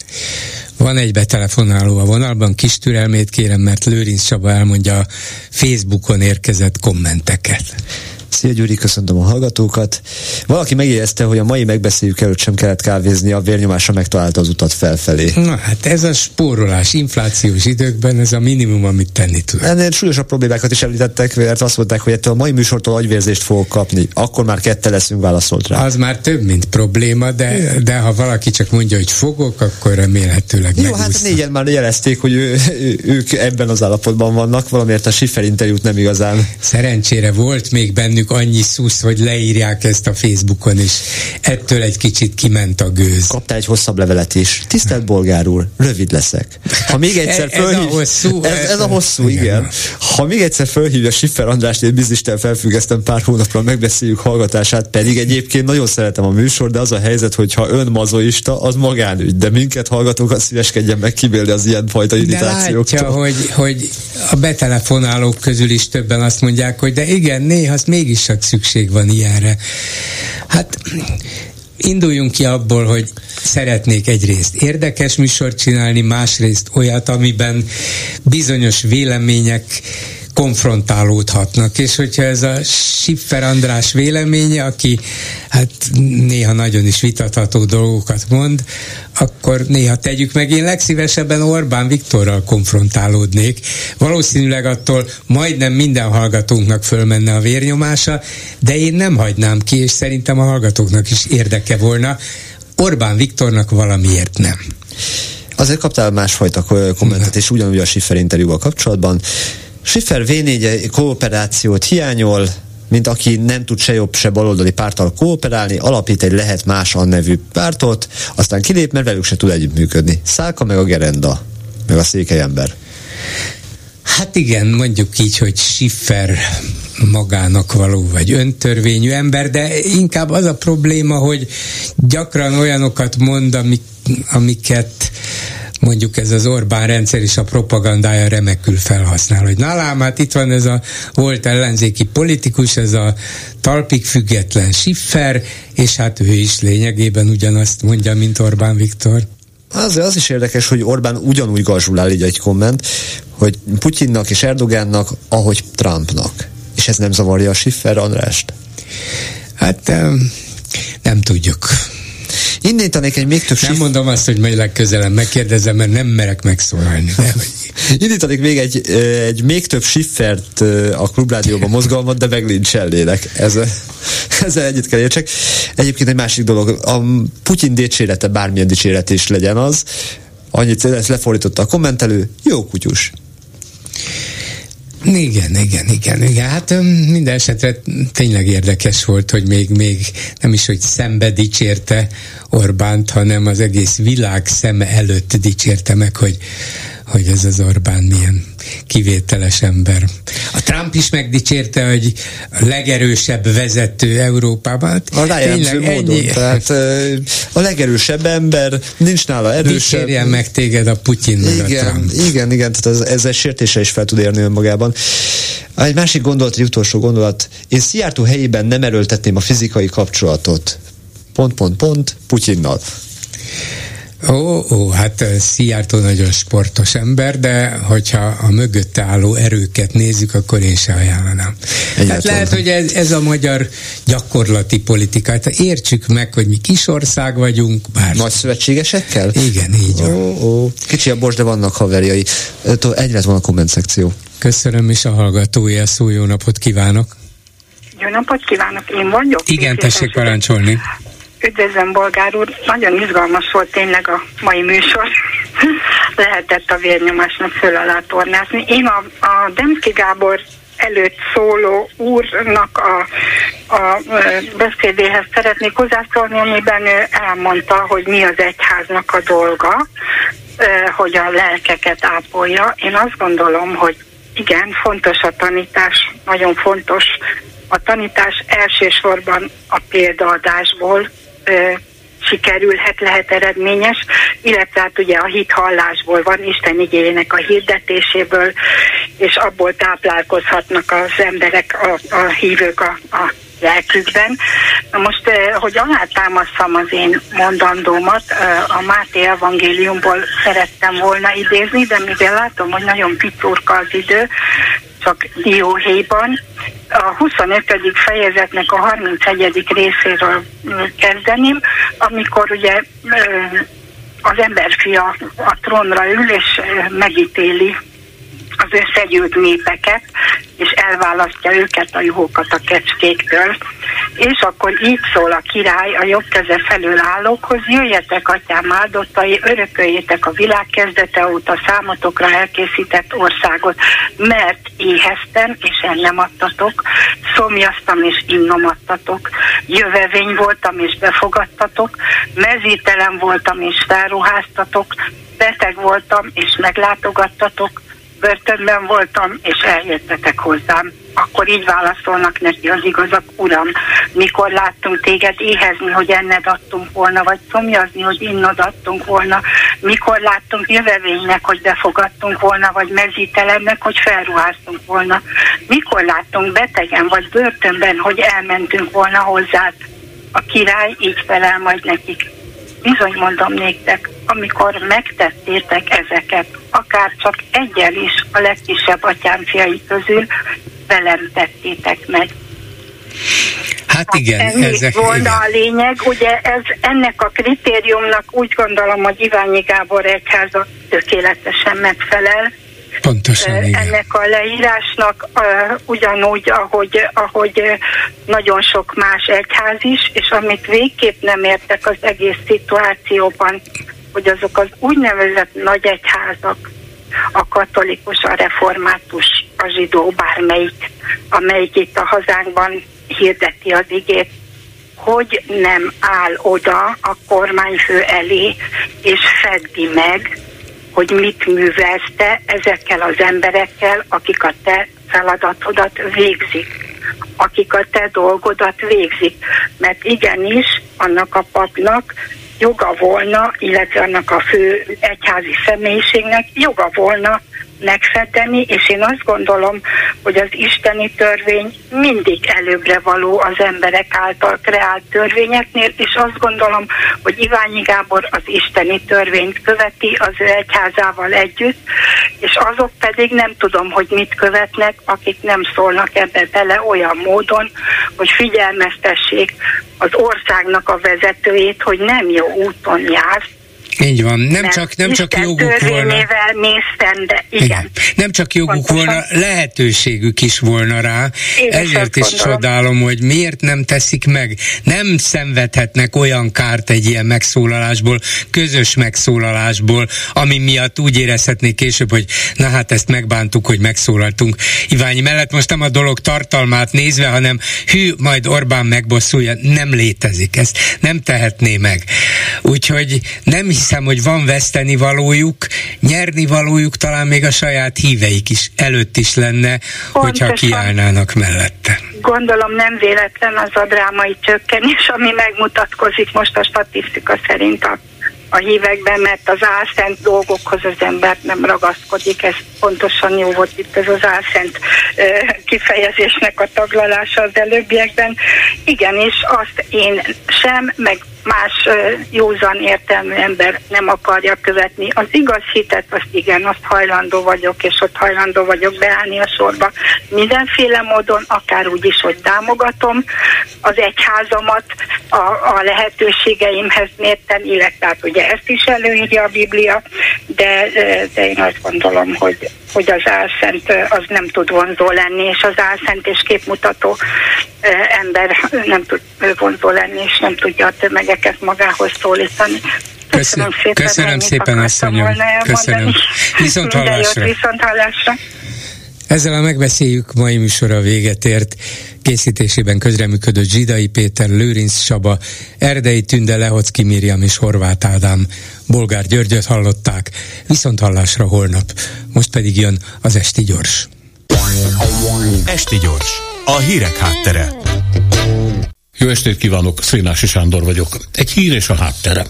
Van egy betelefonáló a vonalban, kis türelmét kérem, mert Lőrinc Csaba elmondja a Facebookon érkezett kommenteket. Szia Gyuri, köszöntöm a hallgatókat. Valaki megjegyezte, hogy a mai megbeszéljük előtt sem kellett kávézni, a vérnyomásra megtalálta az utat felfelé. Na hát ez a spórolás inflációs időkben, ez a minimum, amit tenni tud. Ennél súlyosabb problémákat is említettek, mert azt mondták, hogy ettől a mai műsortól agyvérzést fogok kapni. Akkor már kette leszünk, válaszolt rá. Az már több, mint probléma, de, de ha valaki csak mondja, hogy fogok, akkor remélhetőleg Jó, megúszta. hát négyen már jelezték, hogy ő, ő, ők ebben az állapotban vannak, valamiért a Schiffer interjút nem igazán. Szerencsére volt még bennük annyi szusz, hogy leírják ezt a Facebookon, és ettől egy kicsit kiment a gőz. Kaptál egy hosszabb levelet is. Tisztelt Bolgár úr, rövid leszek. Ha még egyszer ez, fölhív... ez a hosszú. Ez, ez a hosszú, igen. igen. Ha még egyszer fölhívja Schiffer Andrást, én bizisten felfüggesztem pár hónapra, megbeszéljük hallgatását, pedig egyébként nagyon szeretem a műsor, de az a helyzet, hogy ha ön mazoista, az magánügy, de minket hallgatókat szíveskedjen meg kibélni az ilyen fajta irritációktól. De látja, hogy, hogy a betelefonálók közül is többen azt mondják, hogy de igen, néha az mégis csak szükség van ilyenre. Hát induljunk ki abból, hogy szeretnék egyrészt érdekes műsort csinálni, másrészt olyat, amiben bizonyos vélemények konfrontálódhatnak, és hogyha ez a Schiffer András véleménye, aki hát néha nagyon is vitatható dolgokat mond, akkor néha tegyük meg. Én legszívesebben Orbán Viktorral konfrontálódnék. Valószínűleg attól majdnem minden hallgatónknak fölmenne a vérnyomása, de én nem hagynám ki, és szerintem a hallgatóknak is érdeke volna. Orbán Viktornak valamiért nem. Azért kaptál másfajta kommentet, és ugyanúgy a Schiffer interjúval kapcsolatban. Schiffer vé négy kooperációt hiányol, mint aki nem tud se jobb, se baloldali párttal kooperálni, alapít egy Lehet Más nevű pártot, aztán kilép, mert velük se tud együttműködni. Szálka meg a Gerenda, meg a székelyember. Hát igen, mondjuk így, hogy Schiffer magának való, vagy öntörvényű ember, de inkább az a probléma, hogy gyakran olyanokat mond, amik, amiket mondjuk ez az Orbán rendszer és a propagandája remekül felhasznál, hogy na lám, hát itt van ez a volt ellenzéki politikus, ez a talpig független Schiffer, és hát ő is lényegében ugyanazt mondja, mint Orbán Viktor. Az, az is érdekes, hogy Orbán ugyanúgy gazsulál, így egy komment, hogy Putyinnak és Erdogánnak, ahogy Trumpnak. És ez nem zavarja a Schiffer Andrást? Hát nem tudjuk. Indítanék egy még több... Nem sif... mondom azt, hogy majd legközelebb megkérdezem, mert nem merek megszólalni. Indítanék még egy, egy még több Schiffert a Klubrádióban mozgalmat, de meglincselnének. Ezzel, ezzel együtt kell értsek. Egyébként egy másik dolog, a Putyin dicsérete, bármilyen dicséret is legyen az, annyit ezt lefordította a kommentelő, jó kutyus. Igen, igen, igen, igen. Hát minden esetre tényleg érdekes volt, hogy még, még nem is, hogy szembe dicsérte Orbánt, hanem az egész világ szeme előtt dicsérte meg, hogy, hogy ez az Orbán milyen kivételes ember. A Trump is megdicsérte, hogy a legerősebb vezető Európában. A rájelző módon, tehát a legerősebb ember, nincs nála erősebb. Dicsérjen meg téged a Putyin, meg igen, a Trump. Igen, igen, tehát ez, ezzel sértése is fel tud érni önmagában. Egy másik gondolat, egy utolsó gondolat. Én Szijjártó helyében nem erőltetném a fizikai kapcsolatot. Pont, pont, pont, Putyinnal. Ó, ó, hát Szijjártó nagyon sportos ember, de hogyha a mögötte álló erőket nézzük, akkor én se ajánlanám. Hát lehet, hogy ez, ez a magyar gyakorlati politika. Hát értsük meg, hogy mi kisország vagyunk. Bár... Nagy szövetségesekkel? Igen, így van. Ó, ó. Kicsi a bors, de vannak haverjai. Egyre van a komment szekció. Köszönöm, és a hallgatója szó, jó napot kívánok. Jó napot kívánok, én vagyok. Igen, tessék parancsolni. Üdvözlöm, Bolgár úr! Nagyon izgalmas volt tényleg a mai műsor. Lehetett a vérnyomásnak föl alá tornázni. Én a, a Demszky Gábor előtt szóló úrnak a, a beszédéhez szeretnék hozzászólni, amiben ő elmondta, hogy mi az egyháznak a dolga, hogy a lelkeket ápolja. Én azt gondolom, hogy igen, fontos a tanítás, nagyon fontos. A tanítás elsősorban a példaadásból ö, sikerülhet, lehet eredményes, illetve hát ugye a hithallásból van, Isten igéjének a hirdetéséből, és abból táplálkozhatnak az emberek, a, a hívők a, a lelkükben. Na most, hogy alátámasztam az én mondandómat, a Máté evangéliumból szerettem volna idézni, de mivel látom, hogy nagyon picurka az idő, csak dióhéjban, a huszonötödik fejezetnek a harmincegyedik részéről kezdeném, amikor ugye az emberfia a trónra ül, és megítéli az összegyűlt népeket, és elválasztja őket, a juhokat a kecskéktől. És akkor így szól a király a jobb keze felől állókhoz: jöjjetek, atyám áldottai, örököljétek a világ kezdete óta számotokra elkészített országot, mert éheztem, és el nem adtatok, szomjaztam, és innom adtatok, jövevény voltam, és befogadtatok, mezítelen voltam, és felruháztatok, beteg voltam, és meglátogattatok, börtönben voltam, és eljöttetek hozzám. Akkor így válaszolnak neki az igazak: Uram, mikor láttunk téged éhezni, hogy enned adtunk volna, vagy szomjazni, hogy innod adtunk volna? Mikor láttunk jövevénynek, hogy befogadtunk volna, vagy mezítelennek, hogy felruháztunk volna? Mikor láttunk betegen, vagy börtönben, hogy elmentünk volna hozzád? A király így felel majd nekik: bizony mondom néktek, amikor megtettétek ezeket, akár csak egyen is a legkisebb atyám fiai közül, velem tettétek meg. Hát igen, ennyi ezek... volna igen. a lényeg. Ugye ez, ennek a kritériumnak úgy gondolom, hogy Iványi Gábor egyháza tökéletesen megfelel. Pontosan, igen. Ennek a leírásnak uh, ugyanúgy, ahogy, ahogy uh, nagyon sok más egyház is, és amit végképp nem értek az egész szituációban, hogy azok az úgynevezett nagy egyházak, a katolikus, a református, a zsidó, bármelyik, amelyik itt a hazánkban hirdeti az igét, hogy nem áll oda a kormányfő elé, és feddi meg, hogy mit művelsz te ezekkel az emberekkel, akik a te feladatodat végzik, akik a te dolgodat végzik. Mert igenis annak a papnak joga volna, illetve annak a fő egyházi személyiségnek joga volna megfedeni, és én azt gondolom, hogy az isteni törvény mindig előbbre való az emberek által kreált törvényeknél, és azt gondolom, hogy Iványi Gábor az isteni törvényt követi az ő egyházával együtt, és azok pedig nem tudom, hogy mit követnek, akik nem szólnak ebbe bele olyan módon, hogy figyelmeztessék az országnak a vezetőjét, hogy nem jó úton jár. Így van, nem csak, nem csak joguk volna. Mész szembe, igen. igen. Nem csak joguk Pontosan. volna, lehetőségük is volna rá. Én Ezért is gondolom. Csodálom, hogy miért nem teszik meg. Nem szenvedhetnek olyan kárt egy ilyen megszólalásból, közös megszólalásból, ami miatt úgy érezhetnék később, hogy na hát ezt megbántuk, hogy megszólaltunk Iványi mellett. Most nem a dolog tartalmát nézve, hanem hű, majd Orbán megbosszulja. Nem létezik. Ezt nem tehetné meg. Úgyhogy nem hiszem, hogy van veszteni valójuk, nyerni valójuk talán még a saját híveik is előtt is lenne, Pontosan. hogyha kiállnának mellette. Gondolom nem véletlen az a drámai csökkenés, ami megmutatkozik most a statisztika szerint a, a hívekben, mert az álszent dolgokhoz az ember nem ragaszkodik. Ez pontosan jó volt itt ez az álszent ö, kifejezésnek a taglalása az előbbiekben. Igenis, azt én sem, meg más józan értelmű ember nem akarja követni. Az igaz hitet, azt igen, azt hajlandó vagyok, és ott hajlandó vagyok beállni a sorba. Mindenféle módon, akár úgy is, hogy támogatom az egyházamat a, a lehetőségeimhez mérten, illetve hát ugye ezt is előírja a Biblia, de, de én azt gondolom, hogy hogy az álszent az nem tud vonzó lenni, és az álszent és képmutató ember nem tud vonzó lenni, és nem tudja a tömeget közösségeket magához szólítani. Köszönöm, köszönöm szépen, köszönöm szépen asszonyom. Köszönöm. Viszont hallásra. Viszont hallásra. Ezzel a megbeszéljük mai műsora véget ért. Készítésében közreműködött Zsidai Péter, Lőrinc Csaba, Erdei Tünde, Lehocki Miriam és Horváth Ádám. Bolgár Györgyöt hallották. Viszont hallásra holnap. Most pedig jön az Esti Gyors. Esti Gyors, a hírek háttere. Jó estét kívánok, Szénási Sándor vagyok. Egy hír és a háttere.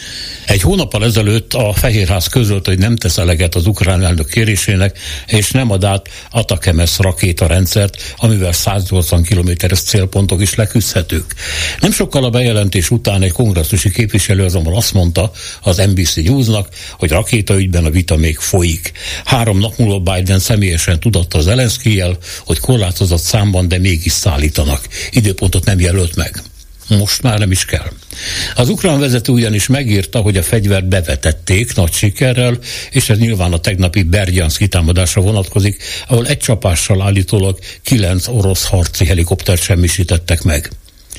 Egy hónappal ezelőtt a Fehérház közölt, hogy nem tesz eleget az ukrán elnök kérésének, és nem ad át Atakemes rakétarendszert, amivel száznyolcvan kilométeres célpontok is leküzdhetők. Nem sokkal a bejelentés után egy kongresszusi képviselő azonban azt mondta az en bé cé Newsnak, hogy rakétaügyben a vita még folyik. Három nap múlva Biden személyesen tudatta Zelenszkijjel, hogy korlátozott számban, de mégis szállítanak. Időpontot nem jelölt meg. Most már nem is kell. Az ukrán vezető ugyanis megírta, hogy a fegyvert bevetették nagy sikerrel, és ez nyilván a tegnapi Berdjanszki támadásra vonatkozik, ahol egy csapással állítólag kilenc orosz harci helikoptert semmisítettek meg.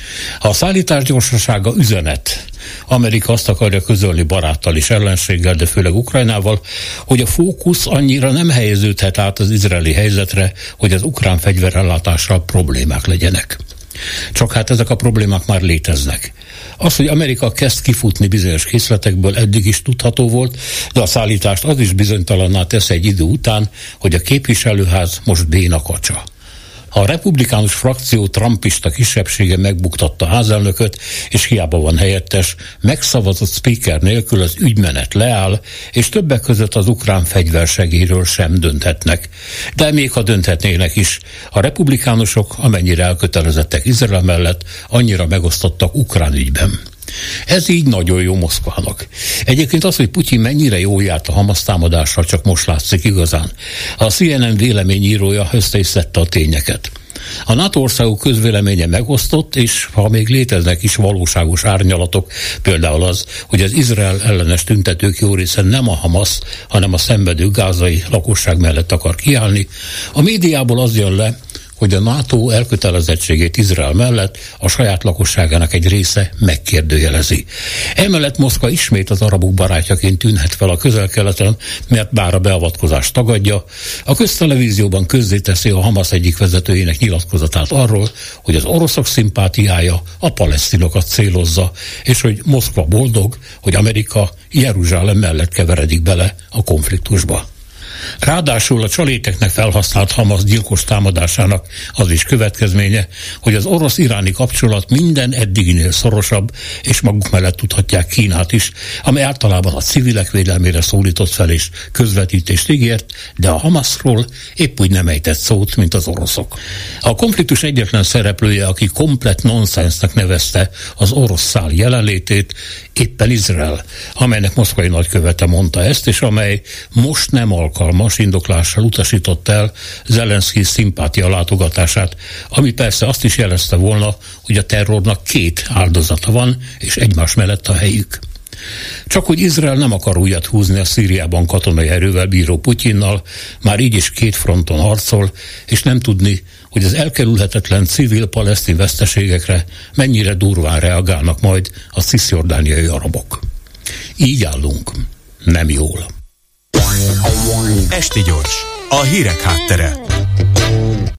A szállítás gyorsasága üzenet. Amerika azt akarja közölni baráttal és ellenséggel, de főleg Ukrajnával, hogy a fókusz annyira nem helyeződhet át az izraeli helyzetre, hogy az ukrán fegyverellátással problémák legyenek. Csak hát ezek a problémák már léteznek. Az, hogy Amerika kezd kifutni bizonyos készletekből, eddig is tudható volt, de a szállítást az is bizonytalanná tesz egy idő után, hogy a képviselőház most béna kacsa. A republikánus frakció trumpista kisebbsége megbuktatta házelnököt, és hiába van helyettes, megszavazott speaker nélkül az ügymenet leáll, és többek között az ukrán fegyversegélyről sem dönthetnek. De még ha dönthetnének is, a republikánusok, amennyire elkötelezettek Izrael mellett, annyira megosztottak ukrán ügyben. Ez így nagyon jó Moszkvának. Egyébként az, hogy Putyin mennyire jól járt a Hamasz támadással, csak most látszik igazán. A C N N véleményírója össze is szedte a tényeket. A NATO országok közvéleménye megosztott, és ha még léteznek is valóságos árnyalatok, például az, hogy az Izrael ellenes tüntetők jó része nem a Hamasz, hanem a szenvedő gázai lakosság mellett akar kiállni, a médiából az jön le, hogy a NATO elkötelezettségét Izrael mellett a saját lakosságának egy része megkérdőjelezi. Emellett Moszkva ismét az arabok barátjaként tűnhet fel a Közel-Keleten, mert bár a beavatkozást tagadja, a köztelevízióban közzéteszi a Hamasz egyik vezetőjének nyilatkozatát arról, hogy az oroszok szimpátiája a palesztinokat célozza, és hogy Moszkva boldog, hogy Amerika Jeruzsálem mellett keveredik bele a konfliktusba. Ráadásul a csaléteknek felhasznált Hamasz gyilkos támadásának az is következménye, hogy az orosz-iráni kapcsolat minden eddiginél szorosabb, és maguk mellett tudhatják Kínát is, amely általában a civilek védelmére szólított fel és közvetítést ígért, de a Hamaszról épp úgy nem ejtett szót, mint az oroszok. A konfliktus egyetlen szereplője, aki komplett nonsensnak nevezte az orosz szál jelenlétét, éppen Izrael, amelynek moszkvai nagykövete mondta ezt, és amely most nem alkalmas indoklással utasított el Zelenszkij szimpátia látogatását, ami persze azt is jelezte volna, hogy a terrornak két áldozata van, és egymás mellett a helyük. Csak hogy Izrael nem akar újat húzni a Szíriában katonai erővel bíró Putyinnal, már így is két fronton harcol, és nem tudni, hogy az elkerülhetetlen civil-palesztin veszteségekre mennyire durván reagálnak majd a cisjordániai arabok. Így állunk. Nem jól. Esti Gyors, a hírek háttere.